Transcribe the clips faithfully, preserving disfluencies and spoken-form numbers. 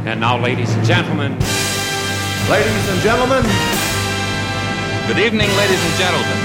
And now, ladies and gentlemen. Ladies and gentlemen. Good evening, ladies and gentlemen.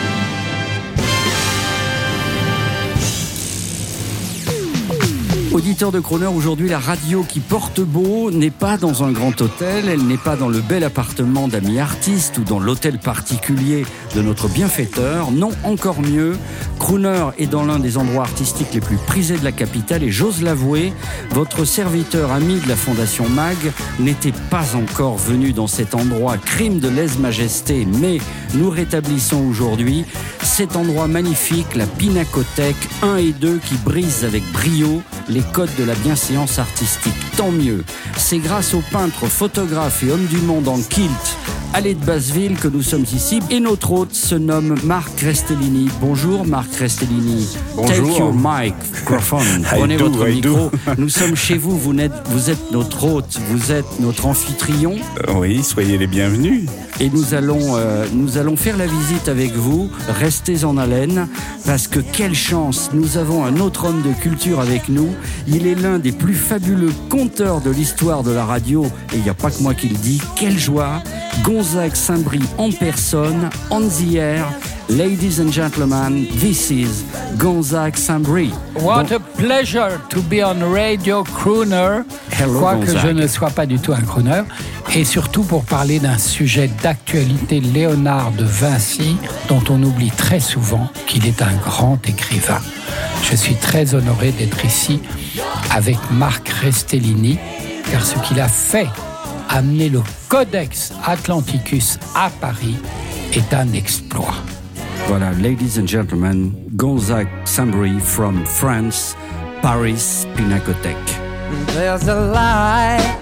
Auditeur de Crooner, aujourd'hui, la radio qui porte beau n'est pas dans un grand hôtel, elle n'est pas dans le bel appartement d'amis artistes ou dans l'hôtel particulier de notre bienfaiteur. Non, encore mieux, Crooner est dans l'un des endroits artistiques les plus prisés de la capitale et j'ose l'avouer, votre serviteur ami de la Fondation Mag n'était pas encore venu dans cet endroit, crime de lèse-majesté, mais nous rétablissons aujourd'hui cet endroit magnifique, la Pinacothèque un et deux qui brise avec brio les codes de la bienséance artistique. Tant mieux. C'est grâce au peintre, photographe et homme du monde en kilt, Allée de Basseville, que nous sommes ici. Et notre hôte se nomme Marc Restellini. Bonjour Marc Restellini. Bonjour. Take your microphone. Prenez do, votre I micro. do. Nous sommes chez vous. Vous êtes, vous êtes notre hôte. Vous êtes notre amphitryon. Euh, oui, soyez les bienvenus. Et nous allons, euh, nous allons faire la visite avec vous. Restez en haleine, parce que quelle chance, nous avons un autre homme de culture avec nous. Il est l'un des plus fabuleux conteurs de l'histoire de la radio, et il n'y a pas que moi qui le dis. Quelle joie! Gonzague Saint-Brie en personne, on the air. Ladies and gentlemen, this is Gonzague Saint-Brie. What Bon, a pleasure to be on Radio Crooner. Hello, Quoique Gonzague. je ne sois pas du tout un crooner. Et surtout pour parler d'un sujet d'actualité, Léonard de Vinci, dont on oublie très souvent qu'il est un grand écrivain. Je suis très honoré d'être ici avec Marc Restellini, car ce qu'il a fait, amener le Codex Atlanticus à Paris, est un exploit. Voilà, ladies and gentlemen, Gonzague Saint-Brie from France, Paris, Pinacothèque. There's a light,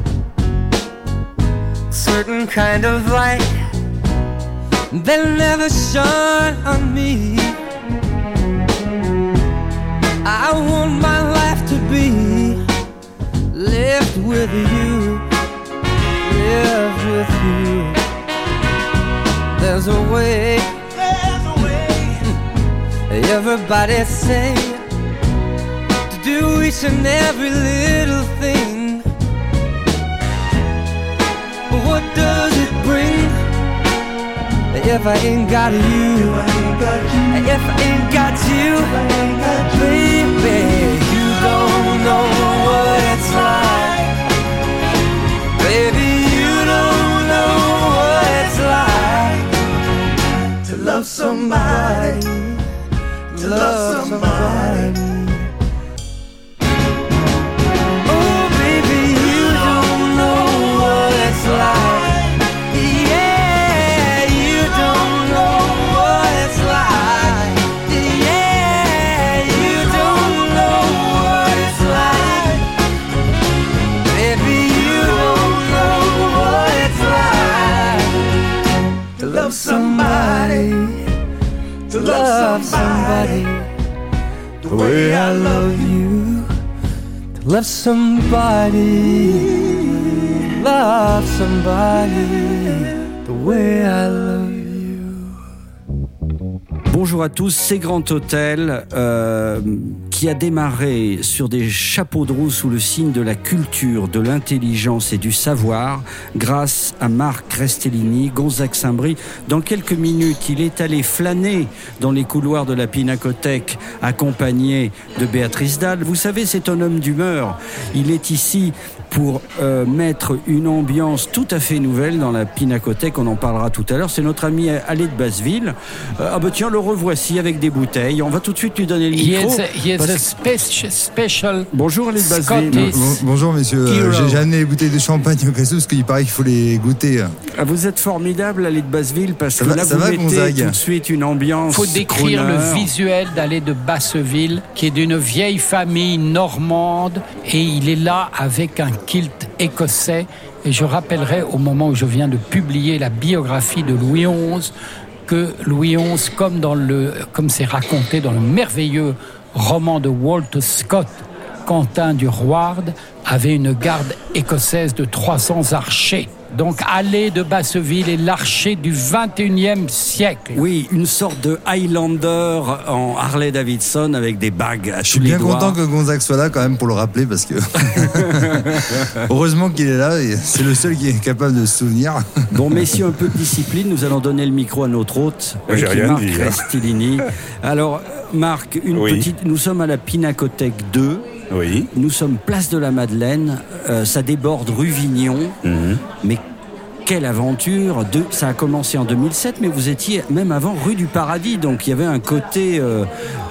certain kind of light that never shone on me. I want my life to be lived with you, lived with you. There's a way, there's a way. Everybody say to do each and every little thing. But what does it bring if I ain't got you? If I ain't got you, baby, you don't know what it's like. Baby, you don't know what it's like to love somebody, to love somebody. Oh, baby, you don't know what it's like. Yeah, you don't know what it's like. Yeah, you don't know what it's like. Baby, you don't know what it's like to love somebody, to love somebody the way I love you. To love somebody, love somebody the way I love you. Bonjour à tous, c'est Grand Hôtel euh, qui a démarré sur des chapeaux de roue sous le signe de la culture, de l'intelligence et du savoir grâce à Marc Restellini, Gonzague Saint-Brie. Dans quelques minutes, il est allé flâner dans les couloirs de la Pinacothèque accompagné de Béatrice Dalle. Vous savez, c'est un homme d'humeur. Il est ici pour euh, mettre une ambiance tout à fait nouvelle dans la Pinacothèque. On en parlera tout à l'heure. C'est notre ami Allée de Basseville. Euh, ah bah tiens, le revoici avec des bouteilles. On va tout de suite lui donner le micro. He is a, he is a speci- special Bonjour Allée de Basseville. Scottish Bon- bonjour messieurs, Hero. Euh, j'ai jamais amené les bouteilles de champagne au cas où parce qu'il paraît qu'il faut les goûter. Ah, vous êtes formidable Allée de Basseville parce Ça que va- là ça vous va, mettez Gonzague tout de suite une ambiance. Il faut décrire crooner. le visuel d'Allée de Basseville, qui est d'une vieille famille normande, et il est là avec un kilt écossais. Et je rappellerai, au moment où je viens de publier la biographie de Louis onze, que Louis onze, comme dans le, comme c'est raconté dans le merveilleux roman de Walter Scott, Saint-Quentin du Roide avait une garde écossaise de trois cents archers. Donc, allée de Basseville est l'archer du vingt et unième siècle. Oui, une sorte de Highlander en Harley-Davidson avec des bagues à Je tous suis les bien doigts. content que Gonzague soit là quand même pour le rappeler parce que heureusement qu'il est là et c'est le seul qui est capable de se souvenir. Bon, messieurs, un peu de discipline. Nous allons donner le micro à notre hôte, Moi, j'ai qui est rien Marc dit, hein. Restillini. Alors, Marc, une Oui. petite. Nous sommes à la Pinacothèque deux. Oui. Nous sommes place de la Madeleine. Euh, ça déborde rue Vignon. Mhm. Mais quelle aventure de... Ça a commencé en deux mille sept, mais vous étiez même avant rue du Paradis. Donc, il y avait un côté euh,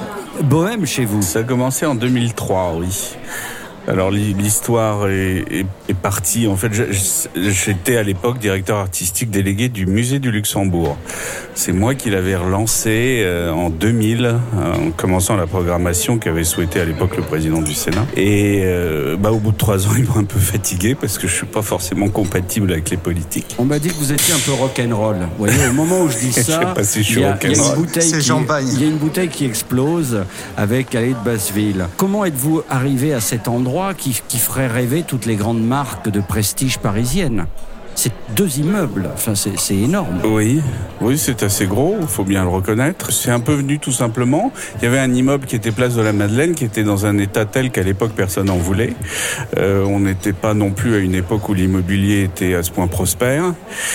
bohème chez vous. Ça a commencé en deux mille trois, oui. Alors l'histoire est, est, est partie. En fait, j'étais à l'époque directeur artistique délégué du musée du Luxembourg. C'est moi qui l'avais relancé euh, en deux mille, en commençant la programmation qu'avait souhaité à l'époque le président du Sénat. Et euh, bah, au bout de trois ans, ils m'ont un peu fatigué parce que je suis pas forcément compatible avec les politiques. On m'a dit que vous étiez un peu rock'n'roll. Vous voyez, au moment où je dis Je sais ça, pas si je suis il y a, il y a une rock'n'roll. bouteille C'est qui, champagne. il y a une bouteille qui explose avec allée de Basseville. Comment êtes-vous arrivé à cet endroit qui, qui ferait rêver toutes les grandes marques de prestige parisiennes? C'est deux immeubles, enfin c'est, c'est énorme. Oui, oui, c'est assez gros, il faut bien le reconnaître. C'est un peu venu tout simplement. Il y avait un immeuble qui était place de la Madeleine, qui était dans un état tel qu'à l'époque personne n'en voulait. Euh, on n'était pas non plus à une époque où l'immobilier était à ce point prospère.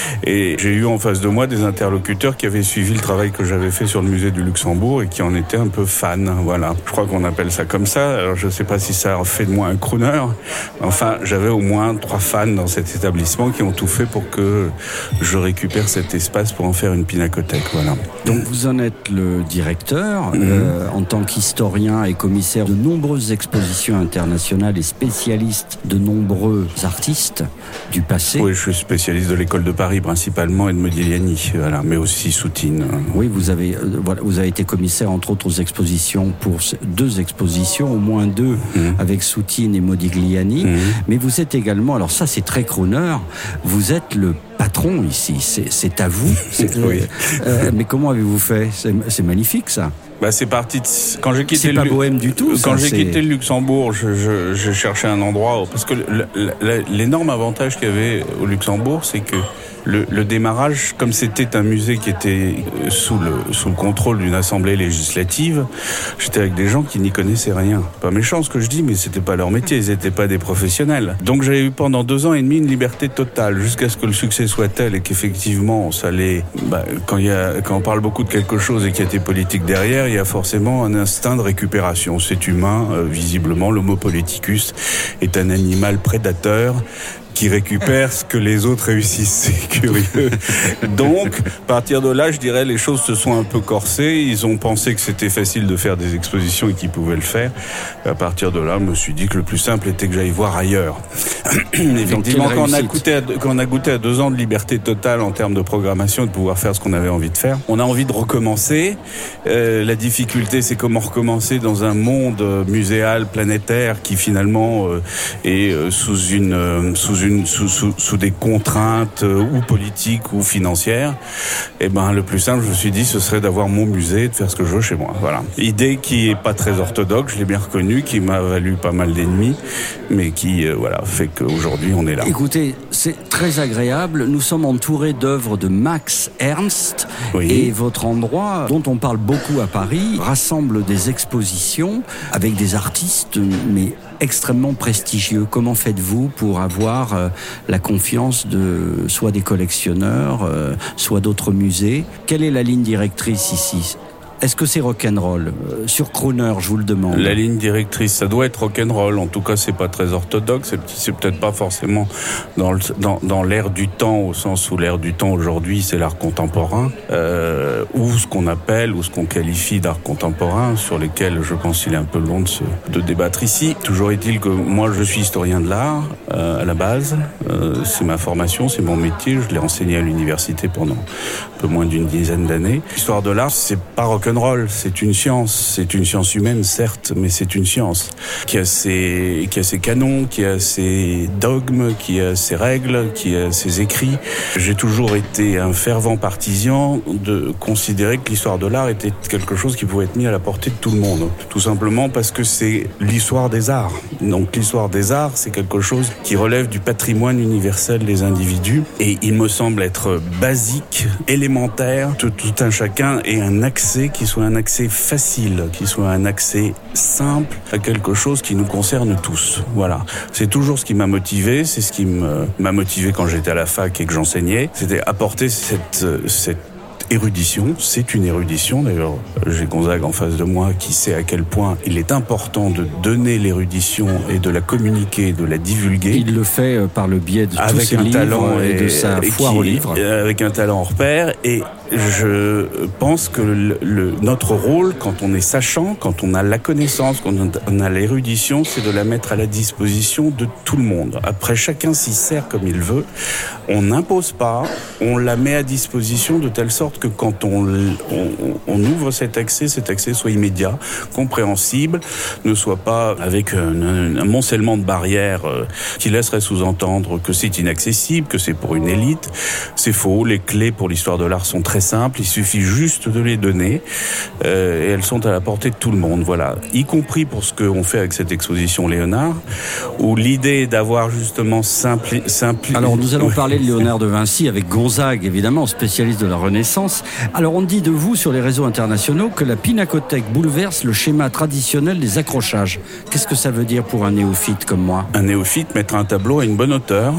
Et j'ai eu en face de moi des interlocuteurs qui avaient suivi le travail que j'avais fait sur le musée du Luxembourg et qui en étaient un peu fans. Voilà, je crois qu'on appelle ça comme ça. Alors je ne sais pas si ça a fait de moi un crooner. Enfin, j'avais au moins trois fans dans cet établissement qui ont tout fait pour que je récupère cet espace pour en faire une pinacothèque. Voilà. Donc vous en êtes le directeur, Mmh. euh, en tant qu'historien et commissaire de nombreuses expositions internationales et spécialiste de nombreux artistes du passé. Oui, je suis spécialiste de l'école de Paris principalement et de Modigliani, voilà, mais aussi Soutine. Oui, vous avez, euh, voilà, vous avez été commissaire entre autres aux expositions pour c- deux expositions, au moins deux Mmh. avec Soutine et Modigliani. Mmh. Mais vous êtes également, alors ça c'est très crooner, vous êtes le patron ici, c'est, c'est à vous. C'est, Oui. euh, mais comment avez-vous fait? C'est, c'est magnifique ça. Bah, c'est parti de... quand j'ai quitté C'est pas le... bohème du tout. Quand ça, j'ai c'est... quitté le Luxembourg, je, je, je cherchais un endroit où... parce que le- le- l'énorme avantage qu'il y avait au Luxembourg, c'est que le, le démarrage, comme c'était un musée qui était sous le, sous le contrôle d'une assemblée législative, j'étais avec des gens qui n'y connaissaient rien. Pas méchant ce que je dis, mais c'était pas leur métier, ils étaient pas des professionnels. Donc j'avais eu pendant deux ans et demi une liberté totale, jusqu'à ce que le succès soit tel et qu'effectivement, ça allait, bah, quand il y a, quand on parle beaucoup de quelque chose et qu'il y a des politiques derrière, il y a forcément un instinct de récupération. C'est humain, euh, visiblement, l'homo politicus est un animal prédateur qui récupère ce que les autres réussissent. C'est curieux. Donc, à partir de là, je dirais, les choses se sont un peu corsées. Ils ont pensé que c'était facile de faire des expositions et qu'ils pouvaient le faire. Et à partir de là, je me suis dit que le plus simple était que j'aille voir ailleurs. Effectivement, quand on, a goûté à, quand on a goûté à deux ans de liberté totale en termes de programmation et de pouvoir faire ce qu'on avait envie de faire, on a envie de recommencer. Euh, la difficulté, c'est comment recommencer dans un monde muséal, planétaire, qui finalement euh, est euh, sous une euh, sous une sous, sous, sous des contraintes euh, ou politiques ou financières. Et ben le plus simple, je me suis dit, ce serait d'avoir mon musée, de faire ce que je veux chez moi. Voilà. Idée qui est pas très orthodoxe, je l'ai bien reconnue, qui m'a valu pas mal d'ennemis, mais qui euh, voilà fait qu'aujourd'hui on est là. Écoutez, c'est très agréable. Nous sommes entourés d'œuvres de Max Ernst. Oui. Et votre endroit, dont on parle beaucoup à Paris, rassemble des expositions avec des artistes, mais extrêmement prestigieux. Comment faites-vous pour avoir euh, la confiance de soit des collectionneurs, euh, soit d'autres musées? Quelle est la ligne directrice ici? Est-ce que c'est rock'n'roll? euh, Sur Crooner, je vous le demande. La ligne directrice, ça doit être rock'n'roll. En tout cas, c'est pas très orthodoxe. C'est, c'est peut-être pas forcément dans, le, dans, dans l'ère du temps, au sens où l'ère du temps aujourd'hui, c'est l'art contemporain, euh, ou ce qu'on appelle, ou ce qu'on qualifie d'art contemporain, sur lesquels je pense qu'il est un peu long de, se, de débattre ici. Toujours est-il que moi, je suis historien de l'art euh, à la base. Euh, c'est ma formation, c'est mon métier. Je l'ai enseigné à l'université pendant un peu moins d'une dizaine d'années. L'histoire de l'art, c'est pas rock'n'roll. rock'n'roll, c'est une science, c'est une science humaine certes, mais c'est une science qui a ses, qui a ses canons, qui a ses dogmes, qui a ses règles, qui a ses écrits. J'ai toujours été un fervent partisan de considérer que l'histoire de l'art était quelque chose qui pouvait être mis à la portée de tout le monde. Tout simplement parce que c'est l'histoire des arts. Donc l'histoire des arts, c'est quelque chose qui relève du patrimoine universel des individus et il me semble être basique, élémentaire, que tout un chacun ait un accès qui soit un accès facile, qui soit un accès simple à quelque chose qui nous concerne tous. Voilà. C'est toujours ce qui m'a motivé, c'est ce qui me, m'a motivé quand j'étais à la fac et que j'enseignais, c'était apporter cette, cette érudition, c'est une érudition. D'ailleurs, j'ai Gonzague en face de moi qui sait à quel point il est important de donner l'érudition et de la communiquer, de la divulguer. Il le fait par le biais de avec tous ses un livres talent et, et de sa et foire qui, aux livres. Avec un talent hors pair. Et je pense que le, le, notre rôle, quand on est sachant, quand on a la connaissance, quand on a l'érudition, c'est de la mettre à la disposition de tout le monde. Après, chacun s'y sert comme il veut. On n'impose pas, on la met à disposition de telle sorte que quand on, on, on ouvre cet accès, cet accès soit immédiat, compréhensible, ne soit pas avec un, un amoncellement de barrières qui laisserait sous-entendre que c'est inaccessible, que c'est pour une élite. C'est faux, les clés pour l'histoire de l'art sont très simples, il suffit juste de les donner euh, et elles sont à la portée de tout le monde, voilà. Y compris pour ce qu'on fait avec cette exposition Léonard, où l'idée est d'avoir justement simple... simple... Alors nous allons parler de Léonard de Vinci avec Gonzague, évidemment, spécialiste de la Renaissance. Alors on dit de vous sur les réseaux internationaux que la pinacothèque bouleverse le schéma traditionnel des accrochages. Qu'est-ce que ça veut dire pour un néophyte comme moi ? Un néophyte, mettre un tableau à une bonne hauteur.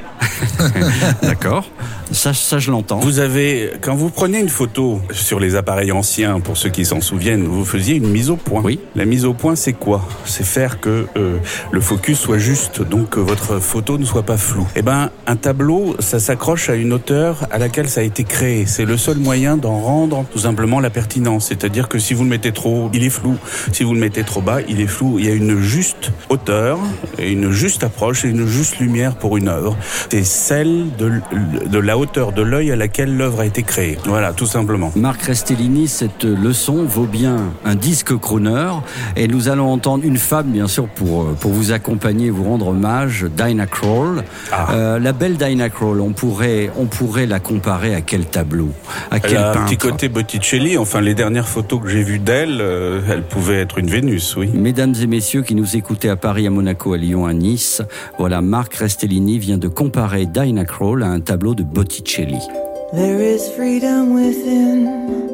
D'accord, ça, ça je l'entends. Vous avez, quand vous prenez une photo sur les appareils anciens, pour ceux qui s'en souviennent, vous faisiez une mise au point. Oui. La mise au point, c'est quoi ? C'est faire que euh, le focus soit juste, donc que votre photo ne soit pas floue. Eh ben, un tableau, ça s'accroche à une hauteur à laquelle ça a été créé. C'est le seul moyen d'en rendre tout simplement la pertinence. C'est-à-dire que si vous le mettez trop haut, il est flou. Si vous le mettez trop bas, il est flou. Il y a une juste hauteur, et une juste approche et une juste lumière pour une œuvre. C'est celle de, de la hauteur de l'œil à laquelle l'œuvre a été créée. Voilà, tout simplement. Marc Restellini, cette leçon vaut bien un disque crooner et nous allons entendre une femme, bien sûr, pour, pour vous accompagner et vous rendre hommage, Dinah Krall. Ah. Euh, la belle Dinah Krall, on pourrait, on pourrait la comparer à quel tableau ? À quel Elle a peintre ? un petit côté Botticelli. Enfin, les dernières photos que j'ai vues d'elle, euh, elle pouvait être une Vénus, oui. Mesdames et messieurs qui nous écoutez à Paris, à Monaco, à Lyon, à Nice, voilà, Marc Restellini vient de comparer Dinah Krall à un tableau de Botticelli. There is freedom within,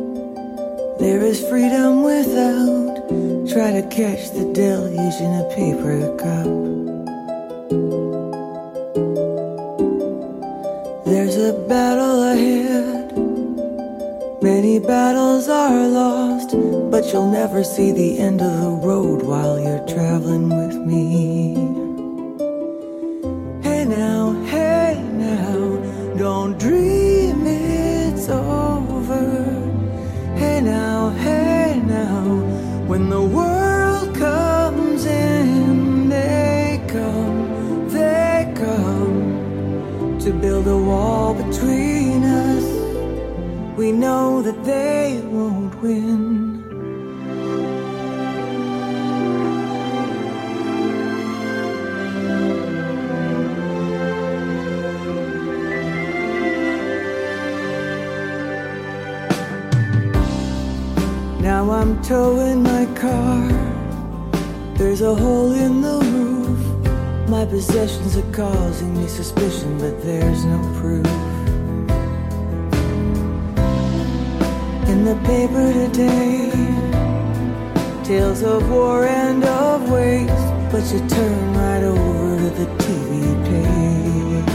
there is freedom without. Try to catch the deluge in a paper cup. There's a battle ahead, many battles are lost, but you'll never see the end of the road while you're traveling with me. Hey now, hey now, don't dream it's over. Hey now, hey now, when the world comes in, they come, they come to build a wall between us. We know that they won't win. Now I'm towing my car. There's a hole in the roof. My possessions are causing me suspicion, but there's no proof. In the paper today, tales of war and of waste, but you turn right over to the T V page.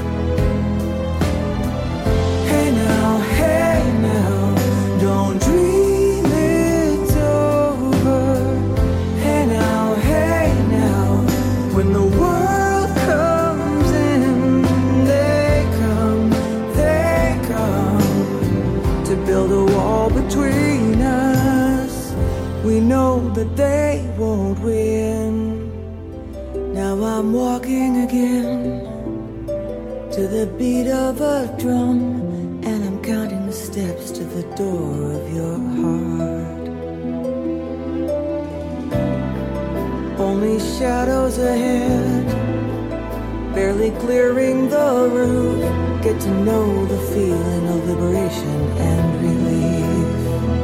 Hey now, hey now, don't dream it's over. Hey now, hey now, when the world comes in, they come, they come to build a wall between us. We know that they won't win. Now I'm walking again to the beat of a drum, and I'm counting the steps to the door of your heart. Only shadows ahead, barely clearing the roof. Get to know the feeling of liberation and relief.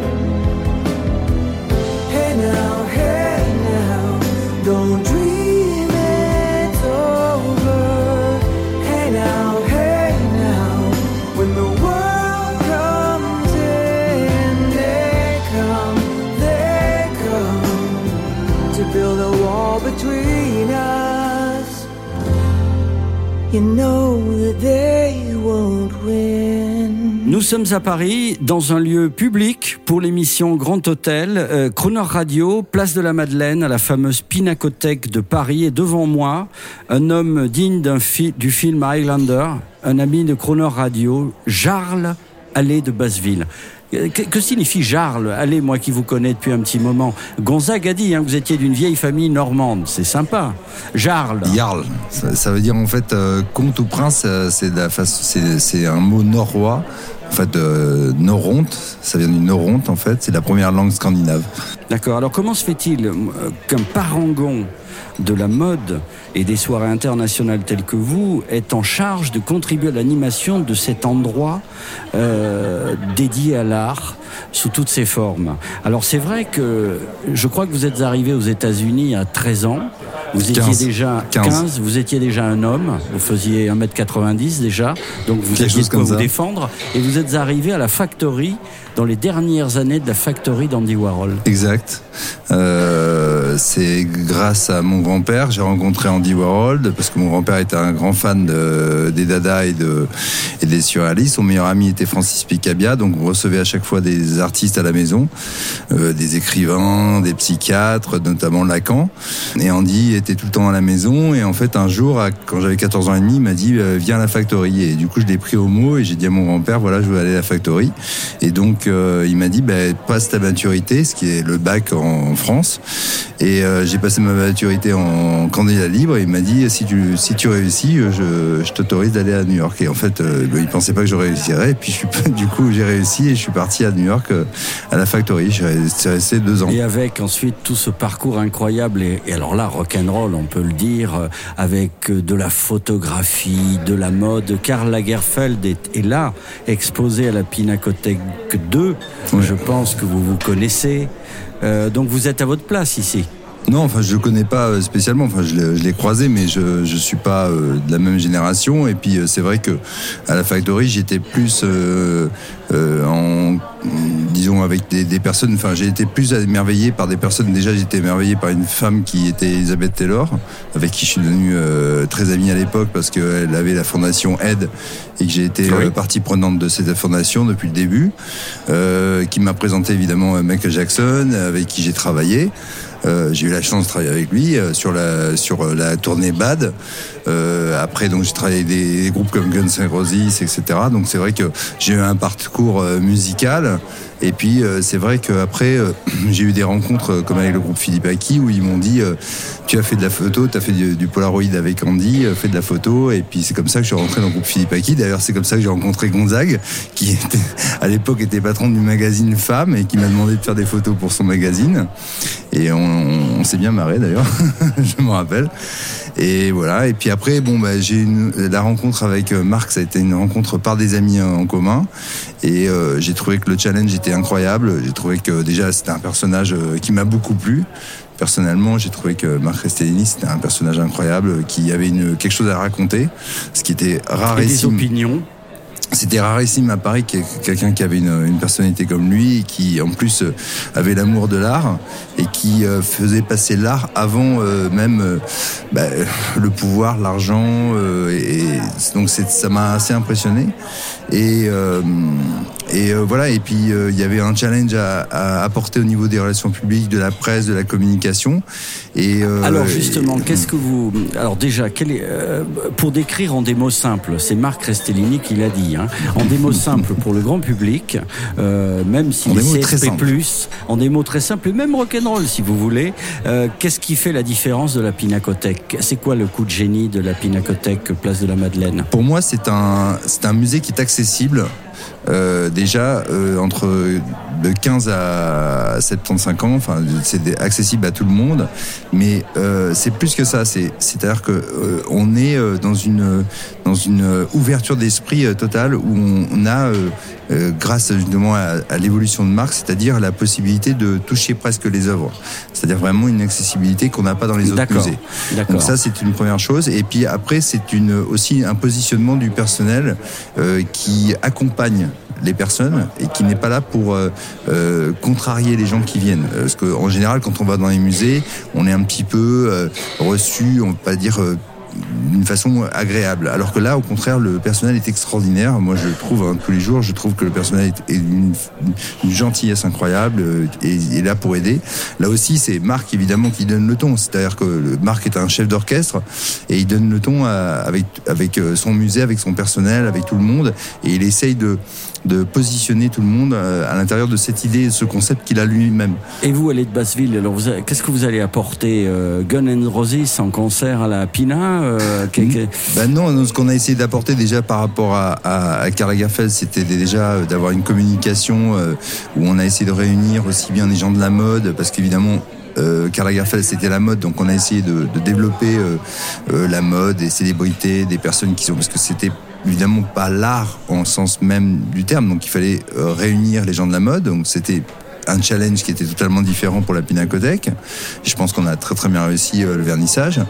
Hey now, hey now, don't dream it's over. Hey now, hey now, when the world comes in, they come, they come to build a wall between us. You know that they won't win. Nous sommes à Paris, dans un lieu public pour l'émission Grand Hôtel, euh, Croner Radio, place de la Madeleine, à la fameuse Pinacothèque de Paris. Et devant moi, un homme digne d'un fi- du film Highlander, un ami de Croner Radio, Jarl Allais de Basseville. Que, que signifie Jarl Allez, moi qui vous connais depuis un petit moment. Gonzague a dit hein, que vous étiez d'une vieille famille normande. C'est sympa. Jarl. Jarl, ça, ça veut dire en fait euh, comte ou prince. Euh, c'est, de la face, c'est, c'est un mot norrois. En fait, euh, Noronte, ça vient du Noronte en fait. C'est la première langue scandinave. D'accord. Alors comment se fait-il euh, qu'un parangon de la mode et des soirées internationales telles que vous est en charge de contribuer à l'animation de cet endroit euh, dédié à l'art sous toutes ses formes. Alors c'est vrai que je crois que vous êtes arrivé aux États-Unis à treize ans. Vous étiez quinze. déjà quinze. quinze, vous étiez déjà un homme, vous faisiez un mètre quatre-vingt-dix déjà, donc vous Quelque aviez de chose quoi comme vous ça. défendre, et vous êtes arrivé à la Factory dans les dernières années de la Factory d'Andy Warhol. Exact. Euh, c'est grâce à mon grand-père j'ai rencontré Andy Warhol parce que mon grand-père était un grand fan de, des Dada et, de, et des surréalistes. Son meilleur ami était Francis Picabia, donc on recevait à chaque fois des artistes à la maison, euh, des écrivains, des psychiatres, notamment Lacan. Et Andy était tout le temps à la maison et en fait un jour, quand j'avais quatorze ans et demi, il m'a dit euh, viens à la Factory. Et du coup je l'ai pris au mot et j'ai dit à mon grand-père voilà je veux aller à la Factory. Et donc euh, il m'a dit bah, passe ta maturité, ce qui est le bac en en France et euh, j'ai passé ma maturité en candidat libre et il m'a dit si tu si tu réussis je, je t'autorise d'aller à New York et en fait euh, il pensait pas que je réussirais et puis je suis du coup j'ai réussi et je suis parti à New York euh, à la Factory. Je suis resté deux ans et avec ensuite tout ce parcours incroyable et, et alors là rock'n'roll on peut le dire euh, avec de la photographie, de la mode. Karl Lagerfeld est, est là exposé à la Pinacothèque deux. Ouais. Je pense que vous vous connaissez. Euh, donc vous êtes à votre place ici. Non, enfin je le connais pas spécialement. Enfin je l'ai, je l'ai croisé, mais je je suis pas euh, de la même génération. Et puis euh, c'est vrai que à la Factory j'étais plus euh, euh, en disons avec des, des personnes. Enfin j'ai été plus émerveillé par des personnes. Déjà j'étais émerveillé par une femme qui était Elizabeth Taylor, avec qui je suis devenu euh, très ami à l'époque parce qu'elle avait la fondation Aide et que j'ai été oui. euh, partie prenante de cette fondation depuis le début, euh, qui m'a présenté évidemment Michael Jackson, avec qui j'ai travaillé. Euh, j'ai eu la chance de travailler avec lui euh, sur la sur la tournée Bad. Euh, après, donc j'ai travaillé avec des, des groupes comme Guns N' Roses, et cetera. Donc c'est vrai que j'ai eu un parcours euh, musical. Et puis euh, c'est vrai qu'après euh, j'ai eu des rencontres euh, comme avec le groupe Philippe Aki où ils m'ont dit euh, tu as fait de la photo, tu as fait du, du Polaroid avec Andy, euh, fais de la photo. Et puis c'est comme ça que je suis rentré dans le groupe Philippe Aki. D'ailleurs c'est comme ça que j'ai rencontré Gonzague qui était, à l'époque était patron du magazine Femme et qui m'a demandé de faire des photos pour son magazine. Et on, on s'est bien marré d'ailleurs, je me rappelle. Et voilà. Et puis après, bon, bah, j'ai une, la rencontre avec Marc, ça a été une rencontre par des amis en commun. Et euh, j'ai trouvé que le challenge était incroyable. J'ai trouvé que déjà c'était un personnage qui m'a beaucoup plu. Personnellement, j'ai trouvé que Marc Restellini c'était un personnage incroyable qui avait une quelque chose à raconter, ce qui était rarissime. Et des opinions. C'était rarissime à Paris qu'il y ait quelqu'un qui avait une, une personnalité comme lui, et qui en plus euh, avait l'amour de l'art et qui euh, faisait passer l'art avant euh, même euh, bah, le pouvoir, l'argent. Euh, et, et donc c'est, ça m'a assez impressionné. Et, euh, et euh, voilà. Et puis il euh, y avait un challenge à, à apporter au niveau des relations publiques, de la presse, de la communication. Et euh, alors justement, et, qu'est-ce que vous alors déjà, quel est, euh, pour décrire en des mots simples, c'est Marc Restellini qui l'a dit. Hein, en des mots simples pour le grand public, euh, même si les C S P plus, en des mots très simples, et même rock'n'roll si vous voulez. Euh, qu'est-ce qui fait la différence de la Pinacothèque ? C'est quoi le coup de génie de la Pinacothèque Place de la Madeleine ? Pour moi, c'est un c'est un musée qui est accessible. euh, déjà euh, entre de quinze à soixante-quinze ans, enfin c'est accessible à tout le monde, mais euh, c'est plus que ça. C'est c'est-à-dire que euh, on est euh, dans une dans une ouverture d'esprit euh, totale où on, on a euh, euh, grâce justement à, à l'évolution de marque, c'est-à-dire la possibilité de toucher presque les œuvres. C'est-à-dire vraiment une accessibilité qu'on n'a pas dans les autres D'accord. musées. D'accord. Donc ça, c'est une première chose. Et puis après, c'est une, aussi un positionnement du personnel euh, qui accompagne les personnes et qui n'est pas là pour euh, euh, contrarier les gens qui viennent. Parce qu'en général, quand on va dans les musées, on est un petit peu euh, reçu, on peut pas dire... Euh, d'une façon agréable. Alors que là, au contraire, le personnel est extraordinaire. Moi, je trouve, hein, tous les jours, je trouve que le personnel est une, une gentillesse incroyable et est là pour aider. Là aussi, c'est Marc, évidemment, qui donne le ton. C'est-à-dire que Marc est un chef d'orchestre et il donne le ton à, avec, avec son musée, avec son personnel, avec tout le monde. Et il essaye de, de positionner tout le monde à l'intérieur de cette idée, de ce concept qu'il a lui-même. Et vous, allez de Basseville, alors vous avez, qu'est-ce que vous allez apporter euh, Guns N' Roses en concert à la Pina euh, que, que... Ben non, non, ce qu'on a essayé d'apporter déjà par rapport à, à, à Karl Lagerfeld, c'était déjà d'avoir une communication euh, où on a essayé de réunir aussi bien des gens de la mode, parce qu'évidemment Euh, Karl Lagerfeld c'était la mode, donc on a essayé de, de développer euh, euh, la mode, des célébrités, des personnes qui sont, parce que c'était évidemment pas l'art en sens même du terme, donc il fallait euh, réunir les gens de la mode, donc c'était un challenge qui était totalement différent pour la Pinacothèque. Je pense qu'on a très très bien réussi euh, le vernissage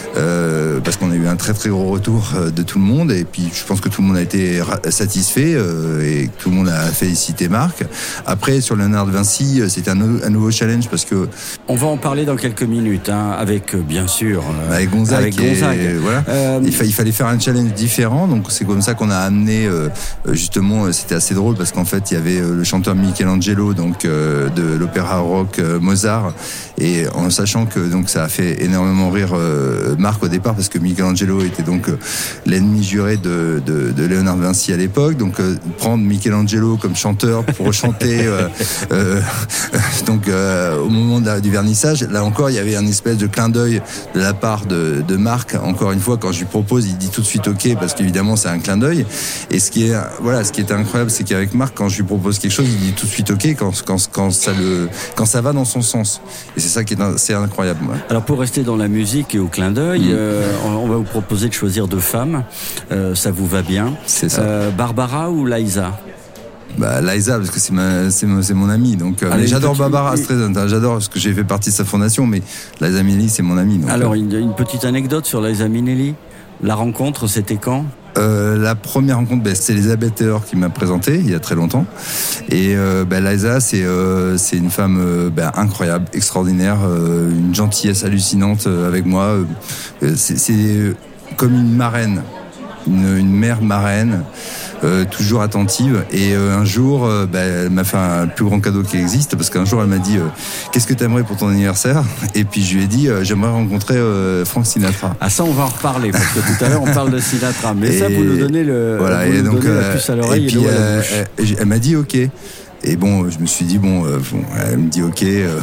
euh, parce qu'on a eu un très très gros retour euh, de tout le monde, et puis je pense que tout le monde a été ra- satisfait euh, et tout le monde a félicité Marc. Après, sur Léonard de Vinci, c'était un, no- un nouveau challenge parce que on va en parler dans quelques minutes, hein, avec bien sûr euh, avec Gonzague, avec Gonzague. Et, voilà. Euh, il, fa- il fallait faire un challenge différent, donc c'est comme ça qu'on a amené euh, justement, c'était assez drôle parce qu'en fait il y avait euh, le chanteur Michelangelo, donc euh, de l'opéra rock euh, Mozart, et en sachant que donc ça a fait énormément rire euh, Marc au départ parce que Michelangelo était donc euh, l'ennemi juré de, de, de Léonard de Vinci à l'époque, donc euh, prendre Michelangelo comme chanteur pour chanter euh, euh, donc euh, au moment de la, du vernissage, là encore il y avait un espèce de clin d'œil de la part de, de Marc. Encore une fois, quand je lui propose, il dit tout de suite ok parce qu'évidemment c'est un clin d'œil, et ce qui est voilà, ce qui était incroyable, c'est qu'avec Marc, quand je lui propose quelque chose, il dit tout de suite ok quand, quand, quand ça le quand ça va dans son sens, et c'est ça qui est c'est incroyable. Ouais. Alors pour rester dans la musique et au clin d'œil, mmh. euh, on va vous proposer de choisir deux femmes, euh, ça vous va bien. C'est ça. Euh, Barbara ou Liza? Bah Liza, parce que c'est ma c'est mon, c'est mon ami, donc euh, mais j'adore Barbara Streisand, hein, j'adore parce que j'ai fait partie de sa fondation, mais Liza Minnelli c'est mon ami. Donc, alors euh... une, une petite anecdote sur Liza Minnelli. La rencontre, c'était quand? Euh, la première rencontre, ben, c'est Elizabeth Taylor qui m'a présenté il y a très longtemps. Et euh, ben, Liza, c'est euh, c'est une femme euh, ben, incroyable, extraordinaire, euh, une gentillesse hallucinante euh, avec moi. Euh, c'est, c'est comme une marraine, une, une mère marraine. Euh, toujours attentive, et euh, un jour euh, bah, elle m'a fait un, le plus grand cadeau qui existe, parce qu'un jour elle m'a dit euh, qu'est-ce que t'aimerais pour ton anniversaire, et puis je lui ai dit euh, j'aimerais rencontrer euh, Frank Sinatra. Ah ça on va en reparler, parce que tout à l'heure on parle de Sinatra, mais et ça vous nous donnez le voilà, vous et nous donc donnez euh, la puce à l'oreille et, et puis l'eau à la euh, bouche. Elle, elle m'a dit ok. Et bon, je me suis dit, bon, euh, bon elle me dit ok. Euh,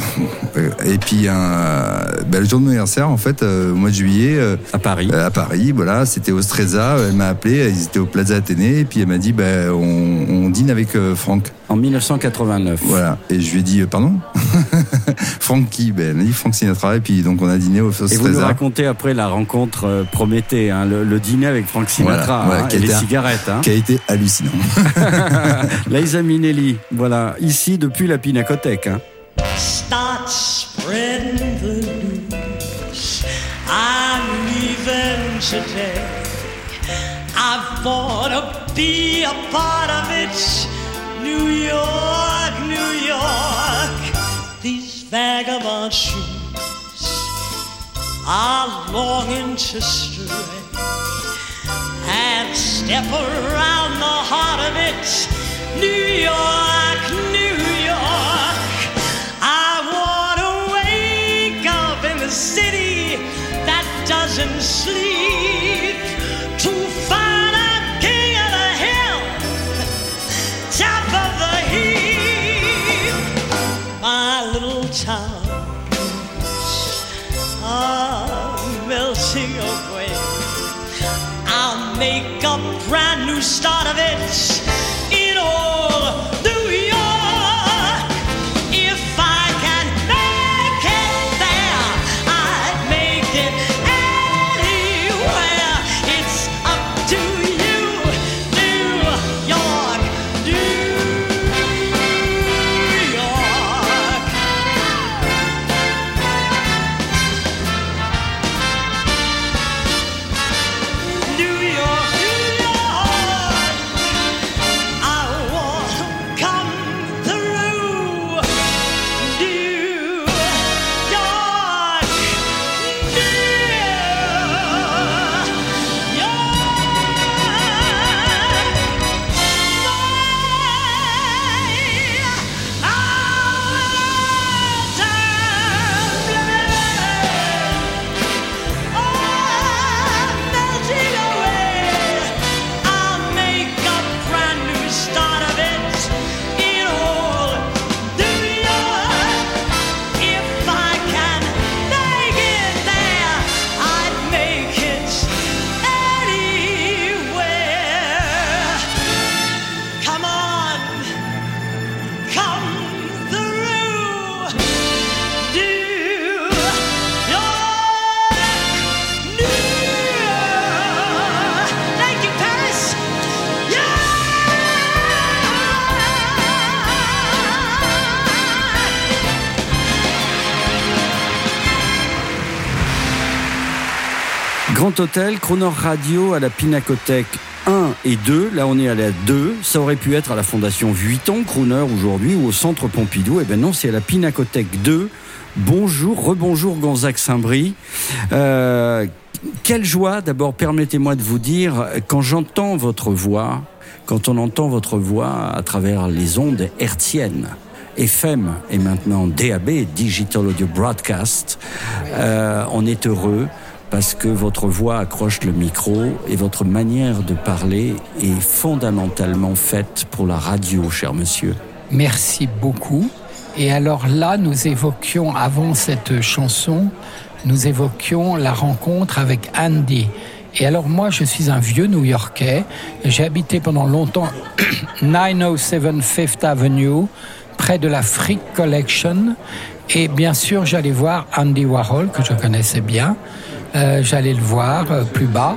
et puis, un, ben, le jour de mon anniversaire, en fait, euh, au mois de juillet. Euh, à Paris. Euh, à Paris, voilà, c'était au Stresa. Elle m'a appelé, ils étaient au Plaza Athénée. Et puis, elle m'a dit, ben, on, on dîne avec euh, Franck. En dix-neuf cent quatre-vingt-neuf. Voilà. Et je lui ai dit, euh, pardon Franck qui Ben, elle m'a dit Frank Sinatra. Et puis, donc, on a dîné au Stresa. Et vous nous racontez après la rencontre euh, Prométhée, hein, le, le dîner avec Frank Sinatra, voilà, hein, voilà, et les cigarettes. Hein. Qui a été hallucinant. Liza Minnelli, voilà, ici depuis la Pinacothèque. Hein. Start spreading the news. I'm leaving today. I wanna be a part of it. New York, New York. These vagabond shoes are longing to stray and step around the heart of it. New York, New York. I wanna wake up in the city that doesn't sleep to find a king of the hill, top of the heap. My little towns are melting away. I'll make a brand new start of it in old New York. If I can make it there, I'd make it anywhere. It's up to you, New York, New York. New York, New York, I won't come through. New York, New Come on, come through. New York, New York. Thank you, Paris. Yeah. Grand Hôtel, Croner Radio à la Pinacothèque un et deux. Là, on est à la deux. Ça aurait pu être à la Fondation Vuitton, Croner aujourd'hui, ou au Centre Pompidou. Eh ben non, c'est à la Pinacothèque deux. Bonjour, rebonjour Gonzague Saint-Brie. Euh, quelle joie, d'abord, permettez-moi de vous dire, quand j'entends votre voix, quand on entend votre voix à travers les ondes hertziennes, F M et maintenant D A B, Digital Audio Broadcast, euh, on est heureux parce que votre voix accroche le micro et votre manière de parler est fondamentalement faite pour la radio, cher monsieur. Merci beaucoup. Et alors là, nous évoquions, avant cette chanson, nous évoquions la rencontre avec Andy. Et alors moi, je suis un vieux New-Yorkais. J'ai habité pendant longtemps neuf cent sept Fifth Avenue, près de la Frick Collection. Et bien sûr, j'allais voir Andy Warhol, que je connaissais bien. Euh, j'allais le voir euh, plus bas.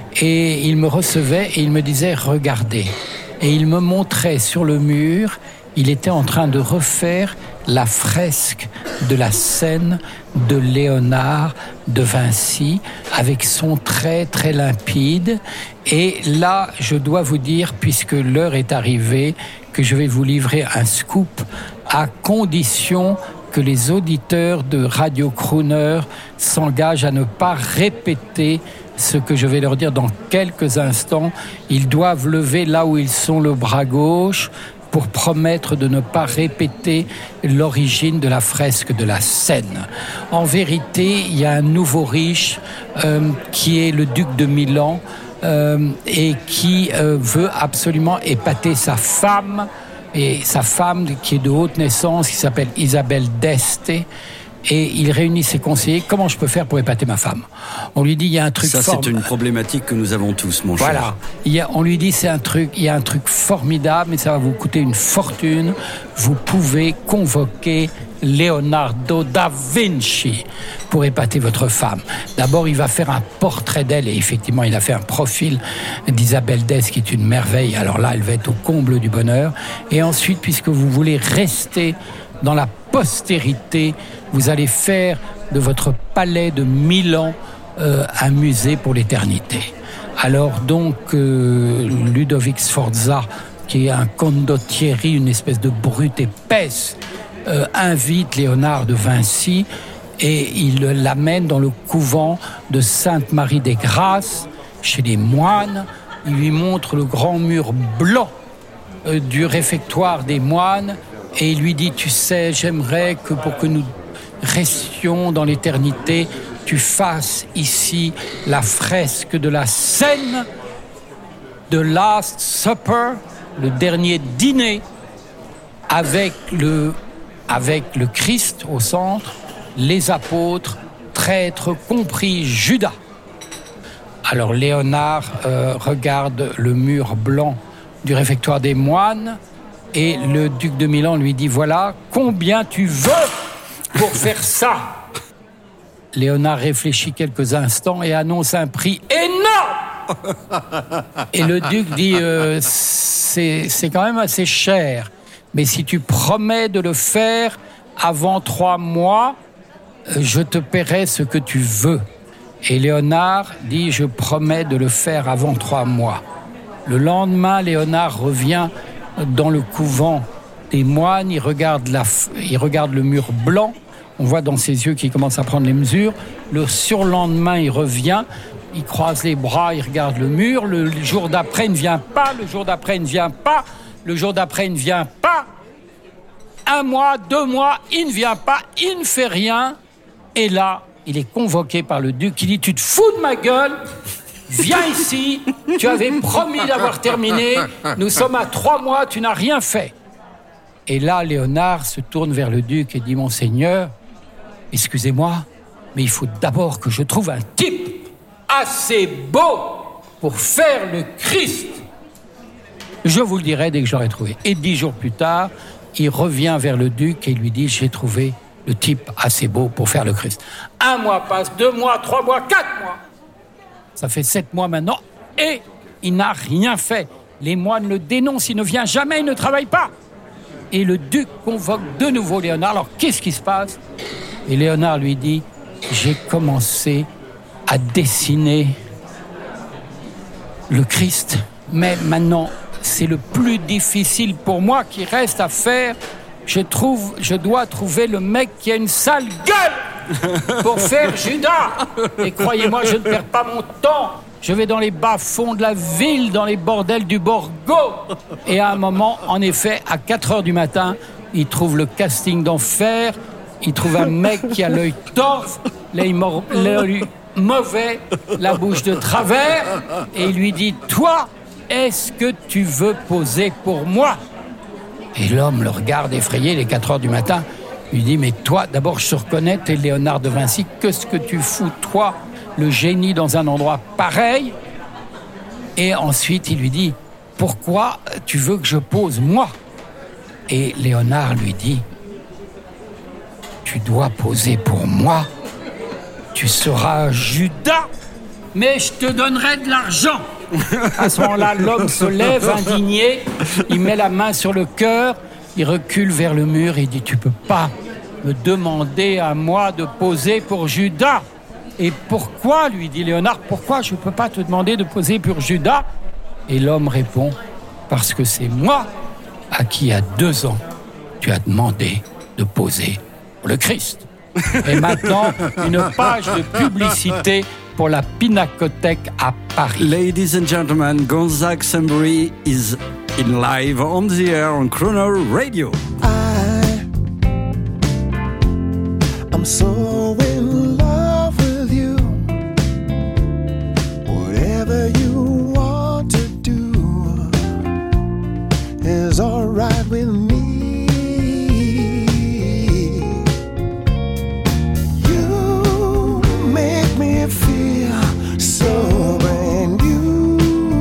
Et il me recevait et il me disait « Regardez ». Et il me montrait sur le mur, il était en train de refaire la fresque de la scène de Léonard de Vinci avec son trait très limpide. Et là, je dois vous dire, puisque l'heure est arrivée, que je vais vous livrer un scoop à condition que les auditeurs de Radio Crooner s'engagent à ne pas répéter ce que je vais leur dire dans quelques instants. Ils doivent lever là où ils sont le bras gauche pour promettre de ne pas répéter l'origine de la fresque de la Seine. En vérité, il y a un nouveau riche euh, qui est le duc de Milan euh, et qui euh, veut absolument épater sa femme, et sa femme qui est de haute naissance, qui s'appelle Isabelle d'Este. Et il réunit ses conseillers. Comment je peux faire pour épater ma femme ? On lui dit, il y a un truc... Ça, form... c'est une problématique que nous avons tous, mon cher. Voilà. Il y a, on lui dit, c'est un truc, il y a un truc formidable, mais ça va vous coûter une fortune. Vous pouvez convoquer Leonardo da Vinci pour épater votre femme. D'abord, il va faire un portrait d'elle, et effectivement, il a fait un profil d'Isabelle d'Este, qui est une merveille. Alors là, elle va être au comble du bonheur. Et ensuite, puisque vous voulez rester dans la postérité, vous allez faire de votre palais de Milan euh, un musée pour l'éternité. Alors donc, euh, Ludovic Sforza, qui est un condottieri, une espèce de brute épaisse, euh, invite Léonard de Vinci et il l'amène dans le couvent de Sainte-Marie des Grâces, chez les moines. Il lui montre le grand mur blanc euh, du réfectoire des moines. Et il lui dit, tu sais, j'aimerais que pour que nous restions dans l'éternité, tu fasses ici la fresque de la scène de Last Supper, le dernier dîner, avec le, avec le Christ au centre, les apôtres, traîtres, compris Judas. Alors Léonard euh, regarde le mur blanc du réfectoire des moines. Et le duc de Milan lui dit, voilà, combien tu veux pour faire ça? Léonard réfléchit quelques instants et annonce un prix énorme. Et le duc dit, euh, c'est, c'est quand même assez cher, mais si tu promets de le faire avant trois mois, je te paierai ce que tu veux. Et Léonard dit, je promets de le faire avant trois mois. Le lendemain, Léonard revient dans le couvent des moines, il regarde, la, il regarde le mur blanc, on voit dans ses yeux qu'il commence à prendre les mesures. Le surlendemain, il revient, il croise les bras, il regarde le mur. Le jour d'après, il ne vient pas. Le jour d'après, il ne vient pas. Le jour d'après, il ne vient pas. Un mois, deux mois, il ne vient pas, il ne fait rien. Et là, il est convoqué par le duc qui dit « Tu te fous de ma gueule ? Viens ici, tu avais promis d'avoir terminé. Nous sommes à trois mois, tu n'as rien fait. » Et là, Léonard se tourne vers le duc et dit « Monseigneur, excusez-moi, mais il faut d'abord que je trouve un type assez beau pour faire le Christ. Je vous le dirai dès que j'aurai trouvé. » Et dix jours plus tard, il revient vers le duc et lui dit « J'ai trouvé le type assez beau pour faire le Christ. » Un mois passe, deux mois, trois mois, quatre mois. Ça fait sept mois maintenant et il n'a rien fait. Les moines le dénoncent, il ne vient jamais, il ne travaille pas. Et le duc convoque de nouveau Léonard. Alors, qu'est-ce qui se passe? Et Léonard lui dit, j'ai commencé à dessiner le Christ, mais maintenant, c'est le plus difficile pour moi qui reste à faire. Je trouve, je dois trouver le mec qui a une sale gueule pour faire Judas. Et croyez-moi, je ne perds pas mon temps. Je vais dans les bas-fonds de la ville, dans les bordels du Borgo. Et à un moment, en effet, à quatre heures du matin, il trouve le casting d'enfer. Il trouve un mec qui a l'œil torse, l'œil, mor- l'œil mauvais, la bouche de travers. Et il lui dit, toi, est-ce que tu veux poser pour moi? Et l'homme le regarde effrayé, les quatre heures du matin. Il lui dit, mais toi, d'abord, je te reconnais, t'es Léonard de Vinci. Qu'est-ce que tu fous, toi, le génie, dans un endroit pareil? Et ensuite, il lui dit, pourquoi tu veux que je pose, moi? Et Léonard lui dit, tu dois poser pour moi. Tu seras Judas, mais je te donnerai de l'argent. À ce moment-là, l'homme se lève indigné, il met la main sur le cœur, il recule vers le mur et il dit, tu peux pas me demander à moi de poser pour Judas. Et pourquoi, lui dit Léonard, pourquoi je ne peux pas te demander de poser pour Judas? Et l'homme répond, parce que c'est moi à qui, à deux ans, tu as demandé de poser pour le Christ. Et maintenant, une page de publicité pour la Pinacothèque à Paris. Ladies and gentlemen, Gonzague Sambury is in live on the air on Croner Radio. I, I'm so in love with you. Whatever you want to do is all right with me. You make me feel so brand new,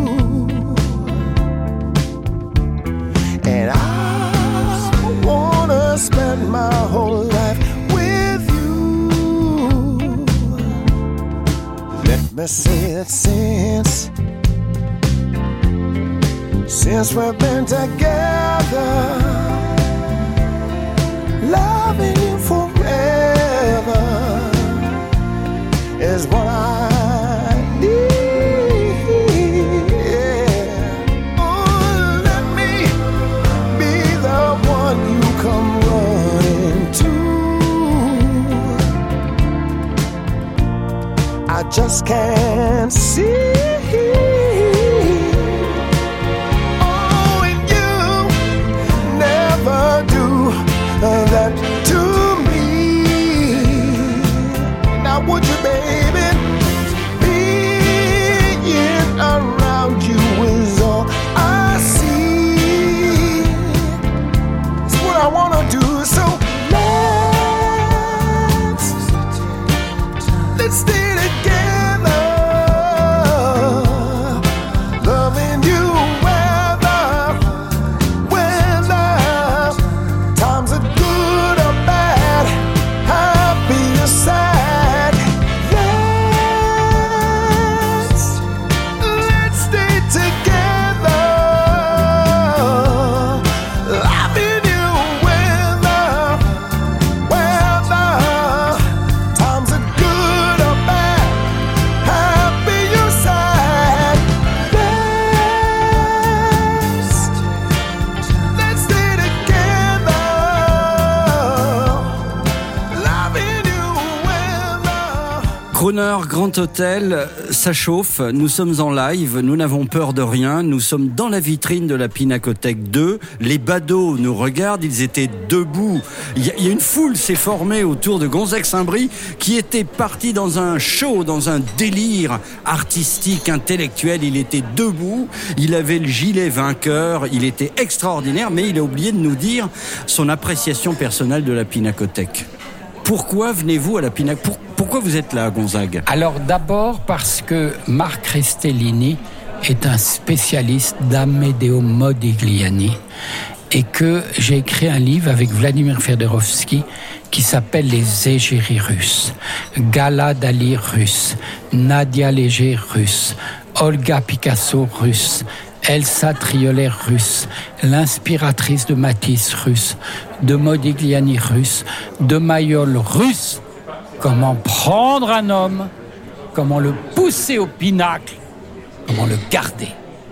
and I wanna spend my whole life with you. Let me say that since since we've been together, loving you forever is what I need. Oh, let me be the one you come running to. I just can't see. Oh, and you never do that to me. Now would you, baby? Croner, Grand Hôtel, ça chauffe, nous sommes en live, nous n'avons peur de rien, nous sommes dans la vitrine de la Pinacothèque deux, les badauds nous regardent, ils étaient debout, il y, y a une foule s'est formée autour de Gonzague Saint-Brie qui était parti dans un show, dans un délire artistique, intellectuel, il était debout, il avait le gilet vainqueur, il était extraordinaire, mais il a oublié de nous dire son appréciation personnelle de la Pinacothèque. Pourquoi venez-vous à la Pinacothèque ? Pour, Pourquoi vous êtes là à Gonzague ? Alors d'abord parce que Marc Restellini est un spécialiste d'Amedeo Modigliani et que j'ai écrit un livre avec Vladimir Fedorovski qui s'appelle Les égéries russes. Gala Dali russe, Nadia Léger russe, Olga Picasso russe, Elsa Triolet russe, l'inspiratrice de Matisse russe, de Modigliani russe, de Mayol russe. Comment prendre un homme, comment le pousser au pinacle, comment le garder.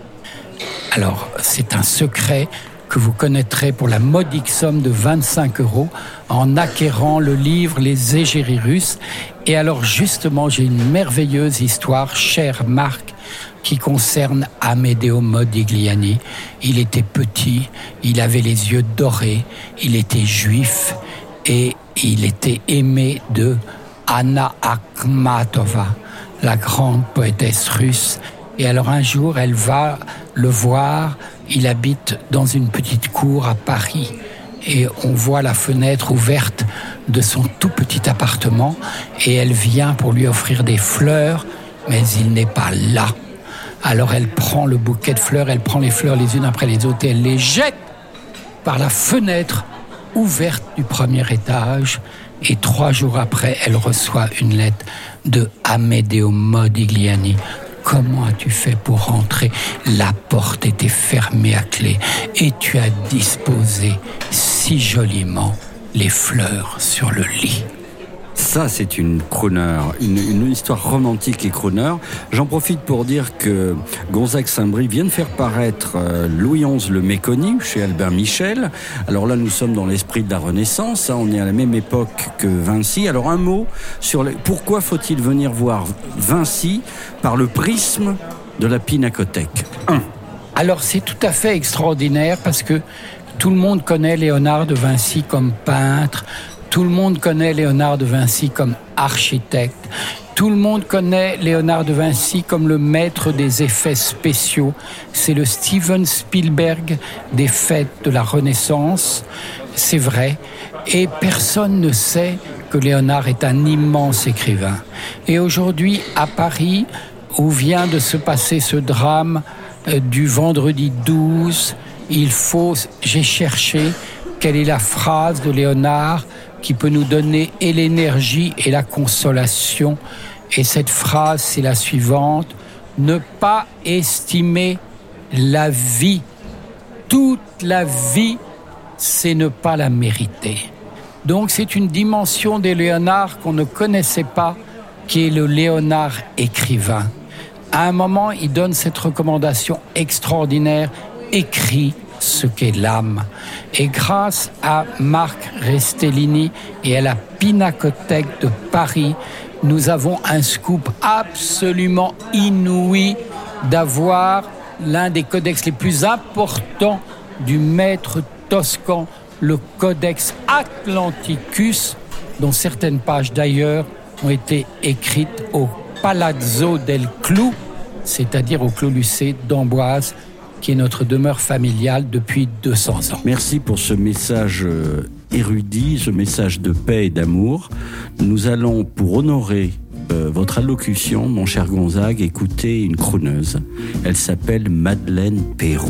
Alors, c'est un secret que vous connaîtrez pour la modique somme de vingt-cinq euros en acquérant le livre Les égéries russes. Et alors, justement, j'ai une merveilleuse histoire, cher Marc, qui concerne Amedeo Modigliani. Il était petit, il avait les yeux dorés, il était juif et il était aimé de Anna Akhmatova, la grande poétesse russe. Et alors un jour, elle va le voir, il habite dans une petite cour à Paris. Et on voit la fenêtre ouverte de son tout petit appartement et elle vient pour lui offrir des fleurs, mais il n'est pas là. Alors elle prend le bouquet de fleurs, elle prend les fleurs les unes après les autres et elle les jette par la fenêtre ouverte du premier étage. Et trois jours après, elle reçoit une lettre de Amedeo Modigliani. Comment as-tu fait pour rentrer ? La porte était fermée à clé et tu as disposé si joliment les fleurs sur le lit. Ça, c'est une crooner, une, une histoire romantique et crooner. J'en profite pour dire que Gonzague Saint-Brie vient de faire paraître euh, Louis onze le Méconnu chez Albin Michel. Alors là, nous sommes dans l'esprit de la Renaissance, hein, on est à la même époque que Vinci. Alors un mot sur les... pourquoi faut-il venir voir Vinci par le prisme de la Pinacothèque ? Un. Alors c'est tout à fait extraordinaire parce que tout le monde connaît Léonard de Vinci comme peintre. Tout le monde connaît Léonard de Vinci comme architecte. Tout le monde connaît Léonard de Vinci comme le maître des effets spéciaux. C'est le Steven Spielberg des fêtes de la Renaissance. C'est vrai. Et personne ne sait que Léonard est un immense écrivain. Et aujourd'hui, à Paris, où vient de se passer ce drame euh, du vendredi douze, il faut... J'ai cherché quelle est la phrase de Léonard qui peut nous donner et l'énergie et la consolation. Et cette phrase, c'est la suivante. Ne pas estimer la vie. Toute la vie, c'est ne pas la mériter. Donc c'est une dimension des Léonard qu'on ne connaissait pas, qui est le Léonard écrivain. À un moment, il donne cette recommandation extraordinaire, écrit ce qu'est l'âme. Et grâce à Marc Restellini et à la Pinacothèque de Paris, nous avons un scoop absolument inouï d'avoir l'un des codex les plus importants du maître toscan, le Codex Atlanticus, dont certaines pages d'ailleurs ont été écrites au Palazzo del Clou, c'est-à-dire au Clos Lucé d'Amboise, qui est notre demeure familiale depuis deux cents ans. Merci pour ce message érudit, ce message de paix et d'amour. Nous allons, pour honorer euh, votre allocution, mon cher Gonzague, écouter une crooneuse. Elle s'appelle Madeleine Peyroux.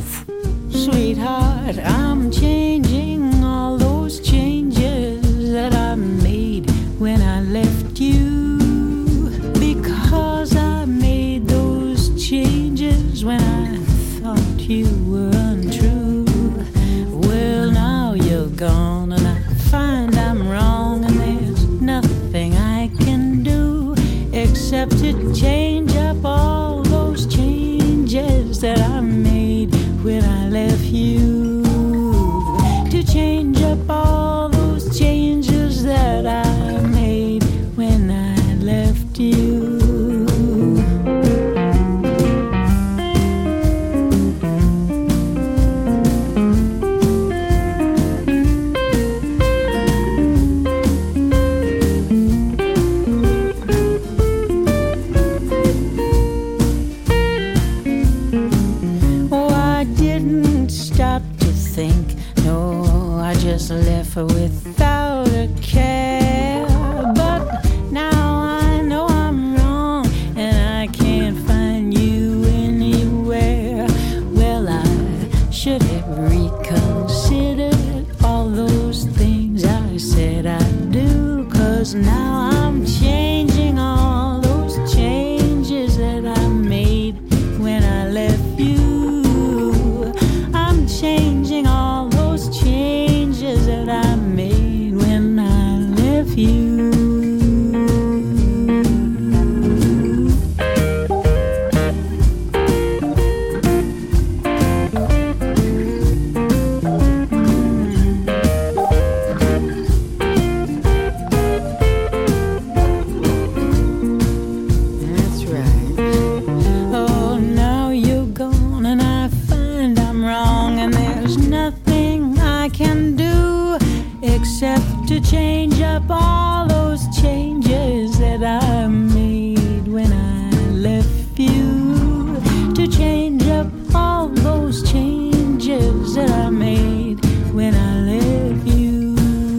Sweetheart, I'm changing all those changes that I made when I left you, because I made those changes when I thought you were untrue. Well, now you're gone and I find I'm wrong, and there's nothing I can do except to change up all those changes that I made when I left you. To change up all those changes that I made when I left you. just left without a care. But now I know I'm wrong, and I can't find you anywhere. Well, I should have reconsidered all those things I said I'd do, 'cause now I'm changing all those changes that I made when I left you. I'm changing all those changes that I made when I left you. That's right. Oh, now you're gone and I find I'm wrong, and there's nothing I can do except to change up all those changes that I made when I left you. To change up all those changes that I made when I left you.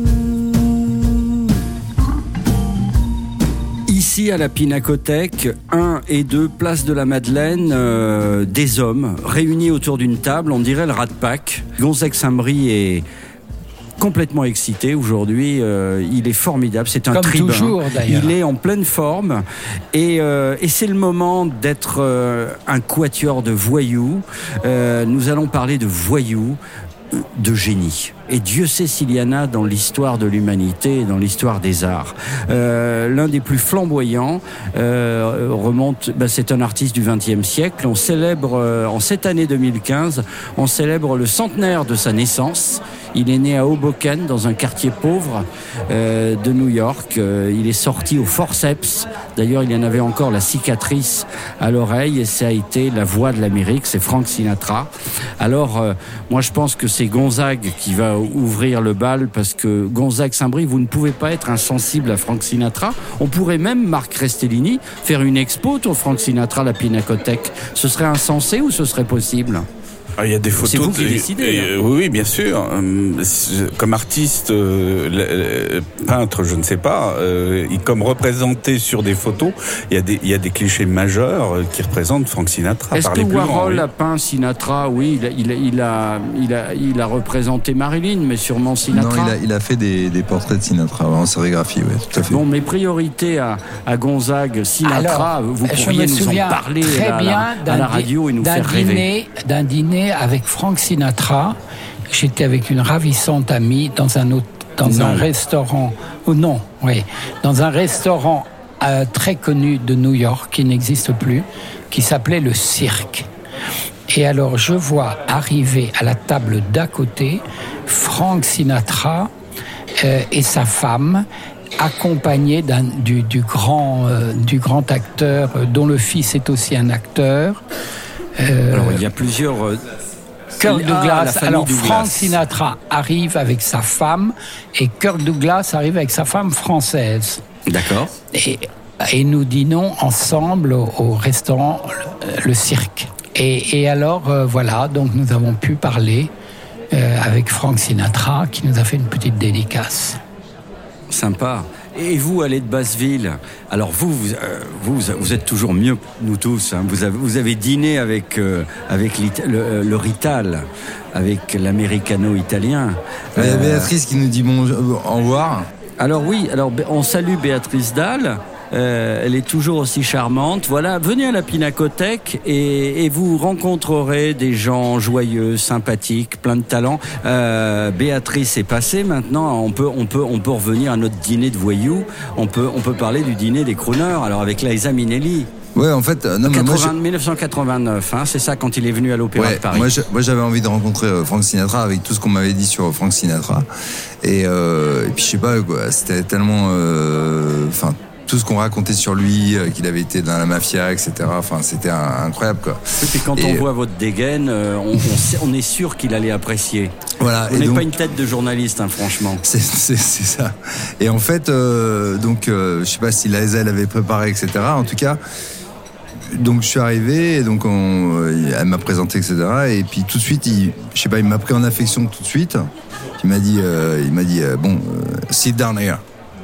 Ici à la Pinacothèque, un et deux place de la Madeleine, euh, des hommes réunis autour d'une table, on dirait le Rat Pack. Gonzague Saint-Brie est complètement excité aujourd'hui, euh, il est formidable, c'est un Comme tribun. toujours, d'ailleurs. Il est en pleine forme et, euh, et c'est le moment d'être euh, un quatuor de voyous. Euh, nous allons parler de voyous, de génie. Et Dieu sait s'il y en a dans l'histoire de l'humanité et dans l'histoire des arts. Euh, l'un des plus flamboyants euh, remonte, ben c'est un artiste du vingtième siècle. On célèbre, euh, en cette année deux mille quinze, on célèbre le centenaire de sa naissance. Il est né à Hoboken, dans un quartier pauvre euh, de New York. Euh, il est sorti au forceps. D'ailleurs, il y en avait encore la cicatrice à l'oreille et ça a été la voix de l'Amérique. C'est Frank Sinatra. Alors, euh, moi, je pense que c'est Gonzague qui va ouvrir le bal, parce que Gonzague Saint-Brie, vous ne pouvez pas être insensible à Frank Sinatra. On pourrait même, Marc Restellini, faire une expo autour de Frank Sinatra à la Pinacothèque. Ce serait insensé ou ce serait possible ? Ah, il y a des photos. C'est vous qui de- décidez, et, hein. euh, oui, oui, bien sûr. Hum, c'est- Comme artiste, euh, le- le- peintre, je ne sais pas. Euh, et comme représenté sur des photos, il y a des, il y a des clichés majeurs euh, qui représentent Frank Sinatra. Est-ce par que les plus grands, Warhol oui. a peint Sinatra ? Oui, il a, il, a, il, a, il, a, il a représenté Marilyn, mais sûrement Sinatra. Non, il a, il a fait des, des portraits de Sinatra ouais, en sérigraphie, oui, tout à fait. Bon, mes priorités à, à Gonzague, Sinatra, Alors, vous je pourriez me nous en souviens parler très à, bien la, à la d'un radio et nous d'un faire rêver. dîner, d'un dîner avec Frank Sinatra. J'étais avec une ravissante amie dans un autre- dans Non. un restaurant. Oh non, oui, dans un restaurant euh, très connu de New York qui n'existe plus, qui s'appelait le Cirque. Et alors je vois arriver à la table d'à côté Frank Sinatra euh, et sa femme, accompagné d'un, du, du, grand, euh, du grand acteur euh, dont le fils est aussi un acteur. Euh, Alors, il y a plusieurs... euh, Kirk Ah, Douglas. la famille Alors Douglas. Frank Sinatra arrive avec sa femme et Kirk Douglas arrive avec sa femme française. D'accord. Et, et nous dînons ensemble au, au restaurant le, le Cirque. Et, et alors euh, voilà, donc nous avons pu parler euh, avec Frank Sinatra qui nous a fait une petite dédicace. Sympa. Et vous, allez de Basseville. Alors vous, vous, euh, vous, vous êtes toujours mieux que nous tous. Hein. Vous avez, vous avez dîné avec euh, avec l'Ita- le, le Rital, avec l'americano-italien. Il y a Euh, Béatrice qui nous dit bon, au revoir. Alors oui, alors Bé- on salue Béatrice Dalle. Euh, elle est toujours aussi charmante. Voilà, venez à la Pinacothèque et, et vous rencontrerez des gens joyeux, sympathiques, plein de talent. Euh, Béatrice est passée maintenant. On peut, on peut, on peut revenir à notre dîner de voyous. On peut, on peut parler du dîner des crooners. Alors avec Liza Minnelli. Ouais, en fait, euh, non, mais moi, quatre-vingts, dix-neuf cent quatre-vingt-neuf, hein, c'est ça, quand il est venu à l'Opéra Ouais, de Paris. moi, je- moi, j'avais envie de rencontrer euh, Frank Sinatra avec tout ce qu'on m'avait dit sur Frank Sinatra. Et, euh, et puis, je sais pas, quoi, c'était tellement, euh, enfin, tout ce qu'on racontait sur lui, euh, qu'il avait été dans la mafia, et cetera. Enfin, c'était un- incroyable, quoi. Et puis quand Et- on voit votre dégaine, euh, on, on, sait- on est sûr qu'il allait apprécier. Voilà. Vous et n'avez donc- pas une tête de journaliste, hein, franchement. C'est, c'est, c'est ça. Et en fait, euh, donc, euh, je sais pas si Liza l'avait préparé, et cetera. En tout cas, donc je suis arrivé, et donc on, elle m'a présenté, et cetera. Et puis tout de suite, il, je sais pas, il m'a pris en affection tout de suite. Il m'a dit, euh, il m'a dit, euh, bon, euh, sit down here.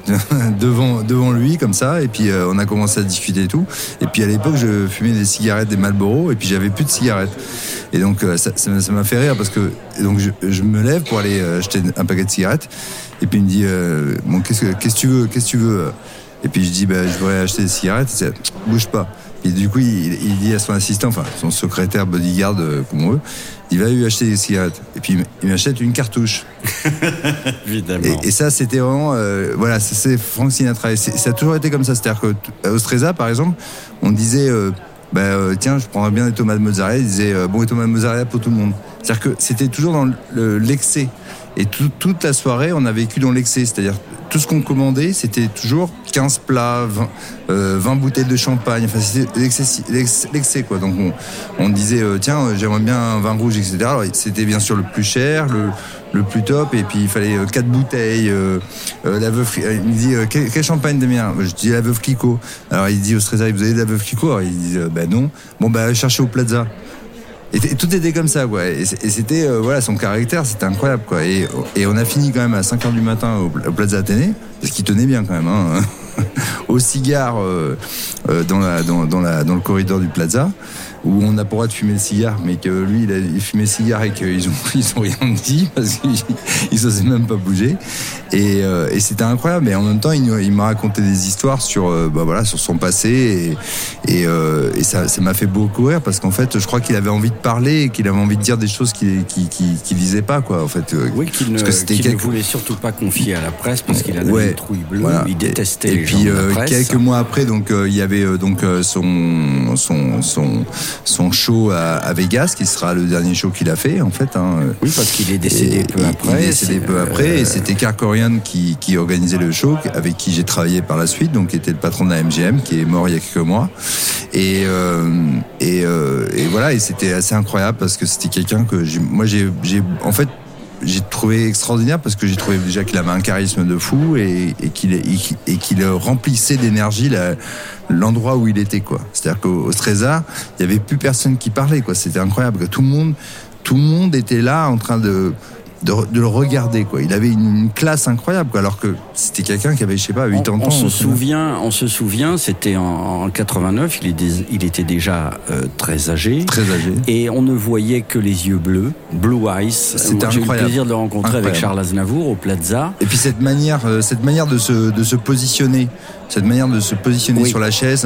devant devant lui comme ça, et puis euh, on a commencé à discuter et tout. Et puis à l'époque, je fumais des cigarettes, des Marlboro, et puis j'avais plus de cigarettes. Et donc euh, ça, ça, ça m'a fait rire parce que donc je, je me lève pour aller euh, acheter un paquet de cigarettes, et puis il me dit, euh, bon, qu'est-ce que qu'est-ce que tu veux, qu'est-ce que tu veux. Et puis je dis, bah, je voudrais acheter des cigarettes. C'est, bouge pas. Et du coup, il, il dit à son assistant, enfin son secrétaire, bodyguard, euh, comme on veut, il va lui acheter des cigarettes. Et puis il m'achète une cartouche. Évidemment. Et, et ça, c'était vraiment, euh, voilà, c'est, c'est Frank Sinatra. Et c'est, ça a toujours été comme ça. C'est-à-dire qu'à Ostreza, par exemple, on disait, euh, bah, euh, tiens, je prendrais bien des tomates mozzarella. Il disait, euh, bon, les tomates mozzarella pour tout le monde. C'est-à-dire que c'était toujours dans le, l'excès. Et tout, toute la soirée, on a vécu dans l'excès. C'est-à-dire, tout ce qu'on commandait, c'était toujours quinze plats, vingt, euh, vingt bouteilles de champagne. Enfin, c'était l'excès, l'excès, l'excès quoi. Donc, on, on disait, euh, tiens, euh, j'aimerais bien un vin rouge, et cetera. Alors, c'était bien sûr le plus cher, le, le plus top. Et puis, il fallait euh, quatre bouteilles. Euh, euh, la veuve, il me dit, euh, quel, quel champagne t'aimes bien? Je dis, la veuve Clicquot. Alors, il dit au Stresa, vous avez de la veuve Clicquot? Alors, il dit, euh, bah non. Bon, bah, cherchez au Plaza. Et, et tout était comme ça, quoi. Et, et c'était, euh, voilà, son caractère, c'était incroyable, quoi. Et, et on a fini quand même à cinq heures du matin au, au Plaza Athénée, parce qu'il tenait bien quand même, hein, au cigare euh, euh, dans, la, dans, dans, la, dans le corridor du Plaza, où on n'a pas le droit de fumer le cigare, mais que lui, il a il fumait le cigare et qu'ils ont, ils ont rien dit, parce qu'ils n'osaient même pas bouger. Et, euh, et c'était incroyable. Et en même temps, il, il m'a raconté des histoires sur, euh, bah voilà, sur son passé. Et, et, euh, et ça, ça m'a fait beaucoup rire, parce qu'en fait, je crois qu'il avait envie de parler, et qu'il avait envie de dire des choses qu'il qu'il, qu'il, qu'il disait pas, quoi. En fait, oui, qu'il, ne, que c'était qu'il quelque... ne voulait surtout pas confier à la presse, parce qu'il en avait ouais, une trouille bleue. Voilà. Il détestait et, les et gens puis, de la euh, presse. quelques mois après, donc euh, il y avait euh, donc euh, son son son son show à, à Vegas, qui sera le dernier show qu'il a fait, en fait. Hein. Oui, parce qu'il est décédé et, peu il, après. Il est décédé peu euh, après, et c'était Kerkorian qui qui organisait le show, avec qui j'ai travaillé par la suite, donc qui était le patron de la M G M, qui est mort il y a quelques mois. Et euh, et, euh, et voilà, et c'était assez incroyable, parce que c'était quelqu'un que j'ai, moi j'ai j'ai en fait j'ai trouvé extraordinaire, parce que j'ai trouvé déjà qu'il avait un charisme de fou, et, et qu'il et, et qu'il remplissait d'énergie la, l'endroit où il était, quoi. C'est-à-dire qu'au Stresa, il y avait plus personne qui parlait, quoi. C'était incroyable, que tout le monde tout le monde était là en train de De, de le regarder, quoi. Il avait une, une classe incroyable, quoi, alors que c'était quelqu'un qui avait, je sais pas, huit ans. On, on se souvient, on se souvient, c'était en, en quatre-vingt-neuf, il, est, il était déjà euh, très âgé. Très âgé. Et on ne voyait que les yeux bleus, Blue Eyes. C'était Moi, j'ai eu le plaisir de le rencontrer incroyable. avec Charles Aznavour au Plaza. Et puis cette manière, euh, cette manière de se, de se positionner, cette manière de se positionner oui. sur la chaise,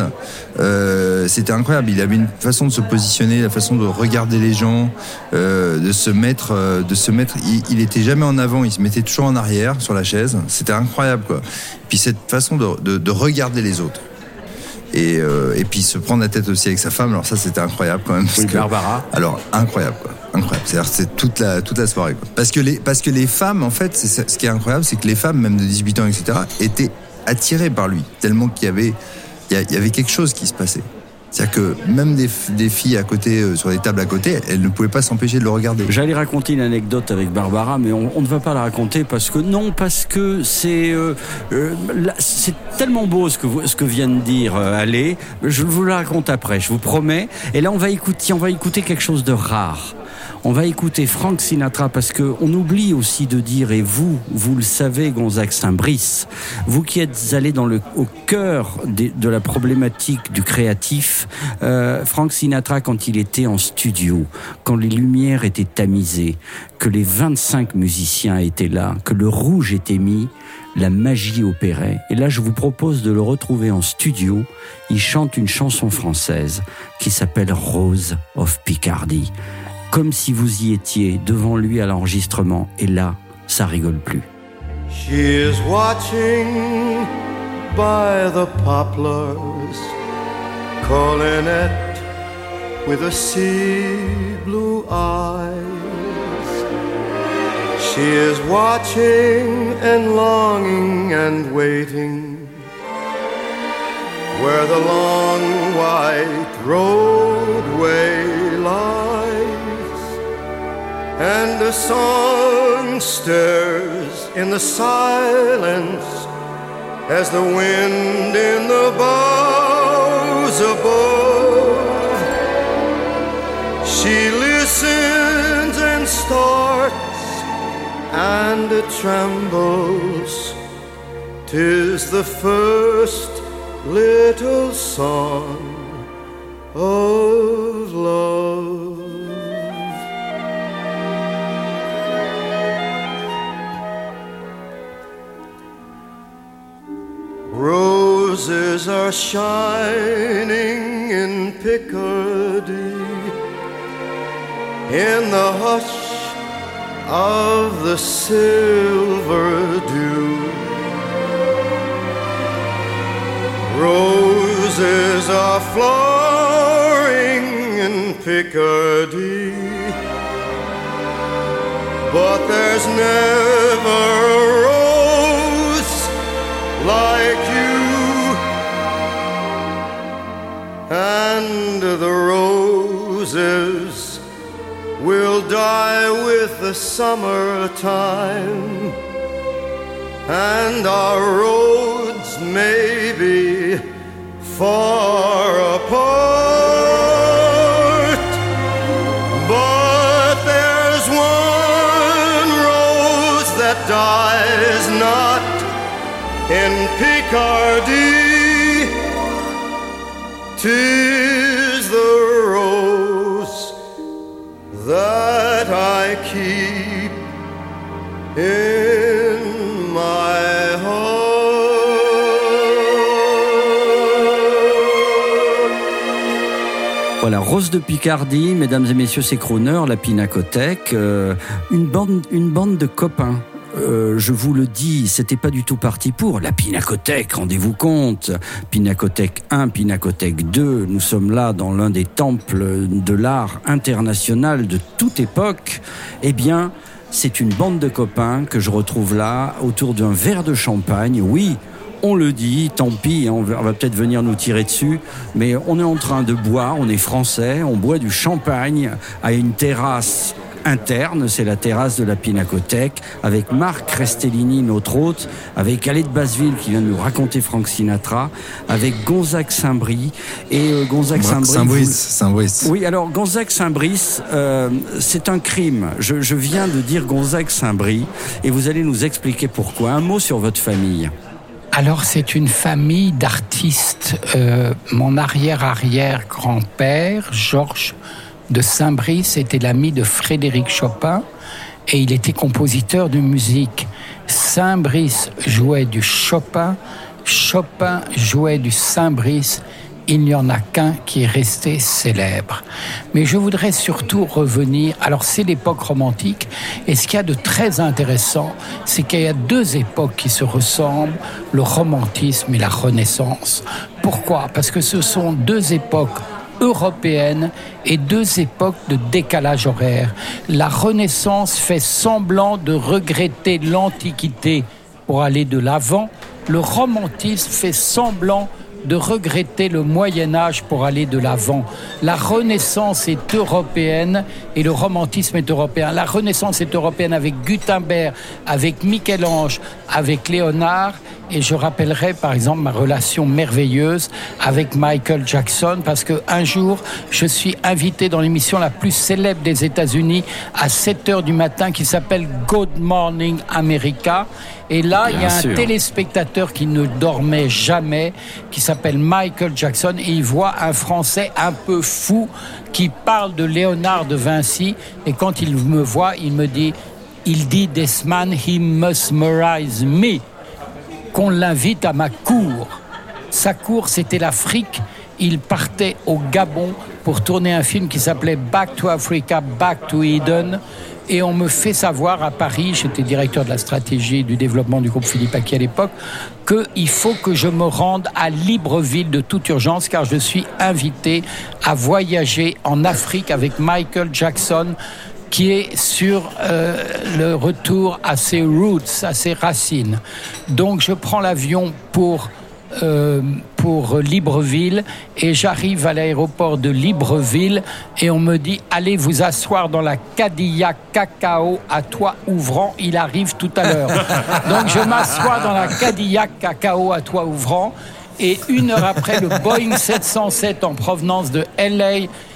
euh, c'était incroyable. Il avait une façon de se positionner, la façon de regarder les gens, euh, de se mettre, euh, de se mettre. Il, il était jamais en avant, il se mettait toujours en arrière sur la chaise. C'était incroyable, quoi. Puis cette façon de, de, de regarder les autres. Et, euh, et puis se prendre la tête aussi avec sa femme. Alors ça, c'était incroyable quand même. Parce oui, que, Barbara. Alors incroyable, quoi. Incroyable. C'est-à-dire c'est toute la toute la soirée, quoi. Parce que les parce que les femmes, en fait, c'est ce qui est incroyable, c'est que les femmes, même de dix-huit ans, et cetera, étaient attirées par lui, tellement qu'il y avait il y, y avait quelque chose qui se passait. C'est-à-dire que même des, des filles à côté, euh, sur les tables à côté, elles ne pouvaient pas s'empêcher de le regarder. J'allais raconter une anecdote avec Barbara, mais on, on ne va pas la raconter parce que non, parce que c'est euh, euh, là, c'est tellement beau ce que vous, ce que vient de dire euh, Allez, je vous la raconte après, je vous promets. Et là, on va écouter, on va écouter quelque chose de rare. On va écouter Frank Sinatra, parce que on oublie aussi de dire, et vous, vous le savez, Gonzague Saint-Brice, vous qui êtes allé dans le, au cœur de, de la problématique du créatif, euh, Frank Sinatra, quand il était en studio, quand les lumières étaient tamisées, que les vingt-cinq musiciens étaient là, que le rouge était mis, la magie opérait. Et là, je vous propose de le retrouver en studio. Il chante une chanson française qui s'appelle Rose of Picardie. Comme si vous y étiez devant lui à l'enregistrement, et là, ça rigole plus. She is watching by the poplars, calling it with a sea blue eyes. She is watching and longing and waiting where the long white roadway lies. And a song stirs in the silence as the wind in the boughs above She listens and starts and trembles. 'Tis the first little song of love. Roses are shining in Picardy in the hush of the silver dew. Roses are flowering in Picardy, but there's never a rose like you. And the roses will die with the summertime, and our roads may be far apart, but there's one rose that dies not in Picardy. 'Tis the rose that I keep in my heart. Voilà, Rose de Picardie, mesdames et messieurs, c'est Crooner, la Pinacothèque, euh, une bande, une bande de copains. Euh, je vous le dis, c'était pas du tout parti pour la Pinacothèque, rendez-vous compte. Pinacothèque un, Pinacothèque deux, nous sommes là dans l'un des temples de l'art international de toute époque. Eh bien, c'est une bande de copains que je retrouve là, autour d'un verre de champagne. Oui, on le dit, tant pis, on va, on va peut-être venir nous tirer dessus, mais on est en train de boire, on est français, on boit du champagne à une terrasse interne, c'est la terrasse de la Pinacothèque, avec Marc Restellini, notre hôte, avec Alette Basseville qui vient de nous raconter Frank Sinatra, avec Gonzague Saint-Brice et euh, Gonzague Saint-Brice. Saint-Brice, Saint-Brice. Oui, alors Gonzague Saint-Brice, euh, c'est un crime. Je, je viens de dire Gonzague Saint-Brice et vous allez nous expliquer pourquoi. Un mot sur votre famille. Alors, c'est une famille d'artistes. Euh, mon arrière-arrière-grand-père, Georges de Saint-Brice, était l'ami de Frédéric Chopin et il était compositeur de musique. Saint-Brice jouait du Chopin, Chopin jouait du Saint-Brice. Il n'y en a qu'un qui est resté célèbre. Mais je voudrais surtout revenir... Alors, c'est l'époque romantique. Et ce qu'il y a de très intéressant, c'est qu'il y a deux époques qui se ressemblent, le romantisme et la Renaissance. Pourquoi ? Parce que ce sont deux époques européennes et deux époques de décalage horaire. La Renaissance fait semblant de regretter l'Antiquité pour aller de l'avant. Le romantisme fait semblant de regretter le Moyen-Âge pour aller de l'avant. La Renaissance est européenne et le romantisme est européen. La Renaissance est européenne avec Gutenberg, avec Michel-Ange, avec Léonard. Et je rappellerai par exemple ma relation merveilleuse avec Michael Jackson, parce qu'un jour, je suis invité dans l'émission la plus célèbre des États-Unis à sept heures du matin qui s'appelle Good Morning America. Et là, Bien il y a sûr. un téléspectateur qui ne dormait jamais, qui s'appelle Michael Jackson, et il voit un Français un peu fou qui parle de Léonard de Vinci. Et quand il me voit, il me dit, il dit, "This man, he mesmerizes me." Qu'on l'invite à ma cour. Sa cour, c'était l'Afrique. Il partait au Gabon pour tourner un film qui s'appelait Back to Africa, Back to Eden. Et on me fait savoir à Paris, j'étais directeur de la stratégie et du développement du groupe Philippe Aki à l'époque, qu'il faut que je me rende à Libreville de toute urgence, car je suis invité à voyager en Afrique avec Michael Jackson, qui est sur euh, le retour à ses roots, à ses racines. Donc je prends l'avion pour, euh, pour Libreville et j'arrive à l'aéroport de Libreville et on me dit « Allez vous asseoir dans la Cadillac Cacao à toit ouvrant, il arrive tout à l'heure. » Donc je m'assois dans la Cadillac Cacao à toit ouvrant et une heure après, le Boeing sept cent sept en provenance de L A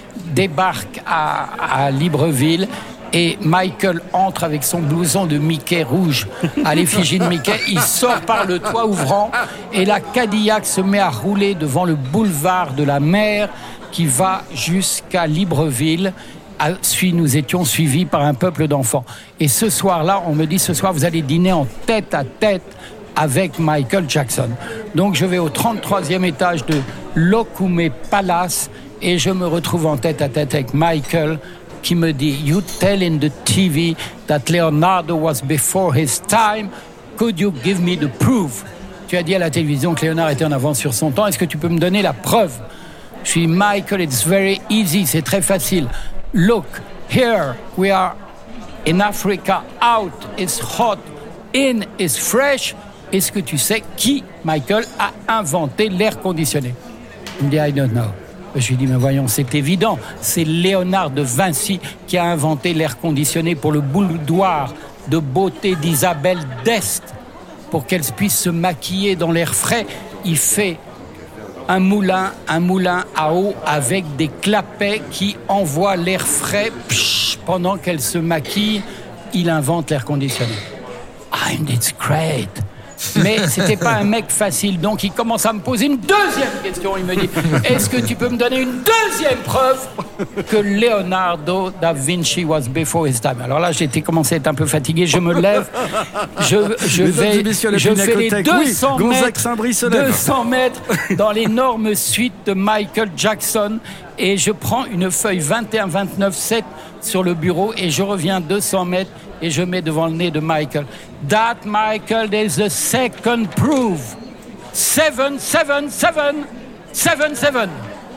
débarque à, à Libreville. Et Michael entre avec son blouson de Mickey rouge à l'effigie de Mickey. Il sort par le toit ouvrant et la Cadillac se met à rouler devant le boulevard de la mer qui va jusqu'à Libreville. Nous étions suivis par un peuple d'enfants. Et ce soir-là, on me dit, ce soir, vous allez dîner en tête à tête avec Michael Jackson. Donc je vais au trente-troisième étage de l'Okume Palace et je me retrouve en tête à tête avec Michael, qui me dit, you tell in the T V that Leonardo was before his time. Could you give me the proof? Tu as dit à la télévision que Léonard était en avance sur son temps. Est-ce que tu peux me donner la preuve? Je suis Michael, it's very easy, c'est très facile. Look, here we are in Africa, out is hot, in is fresh. Est-ce que tu sais qui, Michael, a inventé l'air conditionné? Il me dit, I don't know. Je lui dis, mais voyons, c'est évident, c'est Léonard de Vinci qui a inventé l'air conditionné pour le boudoir de beauté d'Isabelle d'Este, pour qu'elle puisse se maquiller dans l'air frais. Il fait un moulin, un moulin à eau avec des clapets qui envoient l'air frais psh, pendant qu'elle se maquille. Il invente l'air conditionné. And it's great. Mais c'était pas un mec facile, donc il commence à me poser une deuxième question. Il me dit, est-ce que tu peux me donner une deuxième preuve que Leonardo da Vinci was before his time? Alors là, j'étais commencé à être un peu fatigué, je me lève, je, je vais, je fais les deux cents mètres, deux cents mètres dans l'énorme suite de Michael Jackson et je prends une feuille vingt et un vingt-neuf sept sur le bureau et je reviens deux cents mètres et je mets devant le nez de Michael. That, Michael, is the second proof. Seven, seven, seven, seven, seven.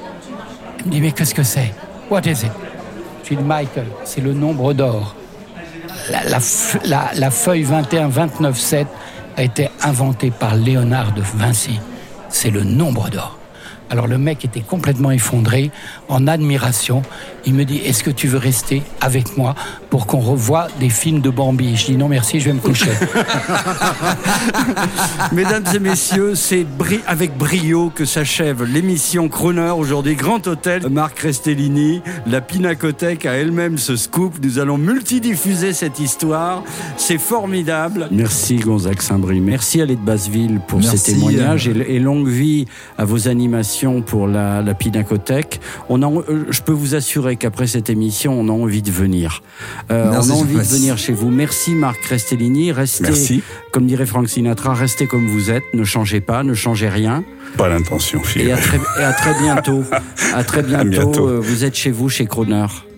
Il me dit, mais qu'est-ce que c'est? What is it? Je lui dis, Michael, c'est le nombre d'or. La, la, la, la feuille vingt et un vingt-neuf sept a été inventée par Léonard de Vinci. C'est le nombre d'or. Alors le mec était complètement effondré, en admiration. Il me dit, est-ce que tu veux rester avec moi pour qu'on revoie des films de Bambi? Je dis, non merci, je vais me coucher. Mesdames et messieurs, c'est bri- avec brio que s'achève l'émission Crooner. Aujourd'hui, Grand Hôtel, Marc Restellini, la Pinacothèque a elle-même ce scoop. Nous allons multidiffuser cette histoire. C'est formidable. Merci Gonzague Saint-Brie. Merci Allée de Basseville pour Merci, ces témoignages euh... et, et longue vie à vos animations pour la, la Pinacothèque. On a, euh, je peux vous assurer qu'après cette émission, on a envie de venir. Euh, Merci, on a envie merci. de venir chez vous. Merci Marc Restellini. Restez, Merci. comme dirait Frank Sinatra, restez comme vous êtes. Ne changez pas, ne changez rien. Pas l'intention, Phil. Et à très, et à très bientôt. À très bientôt. À bientôt. Euh, vous êtes chez vous, chez Crooner.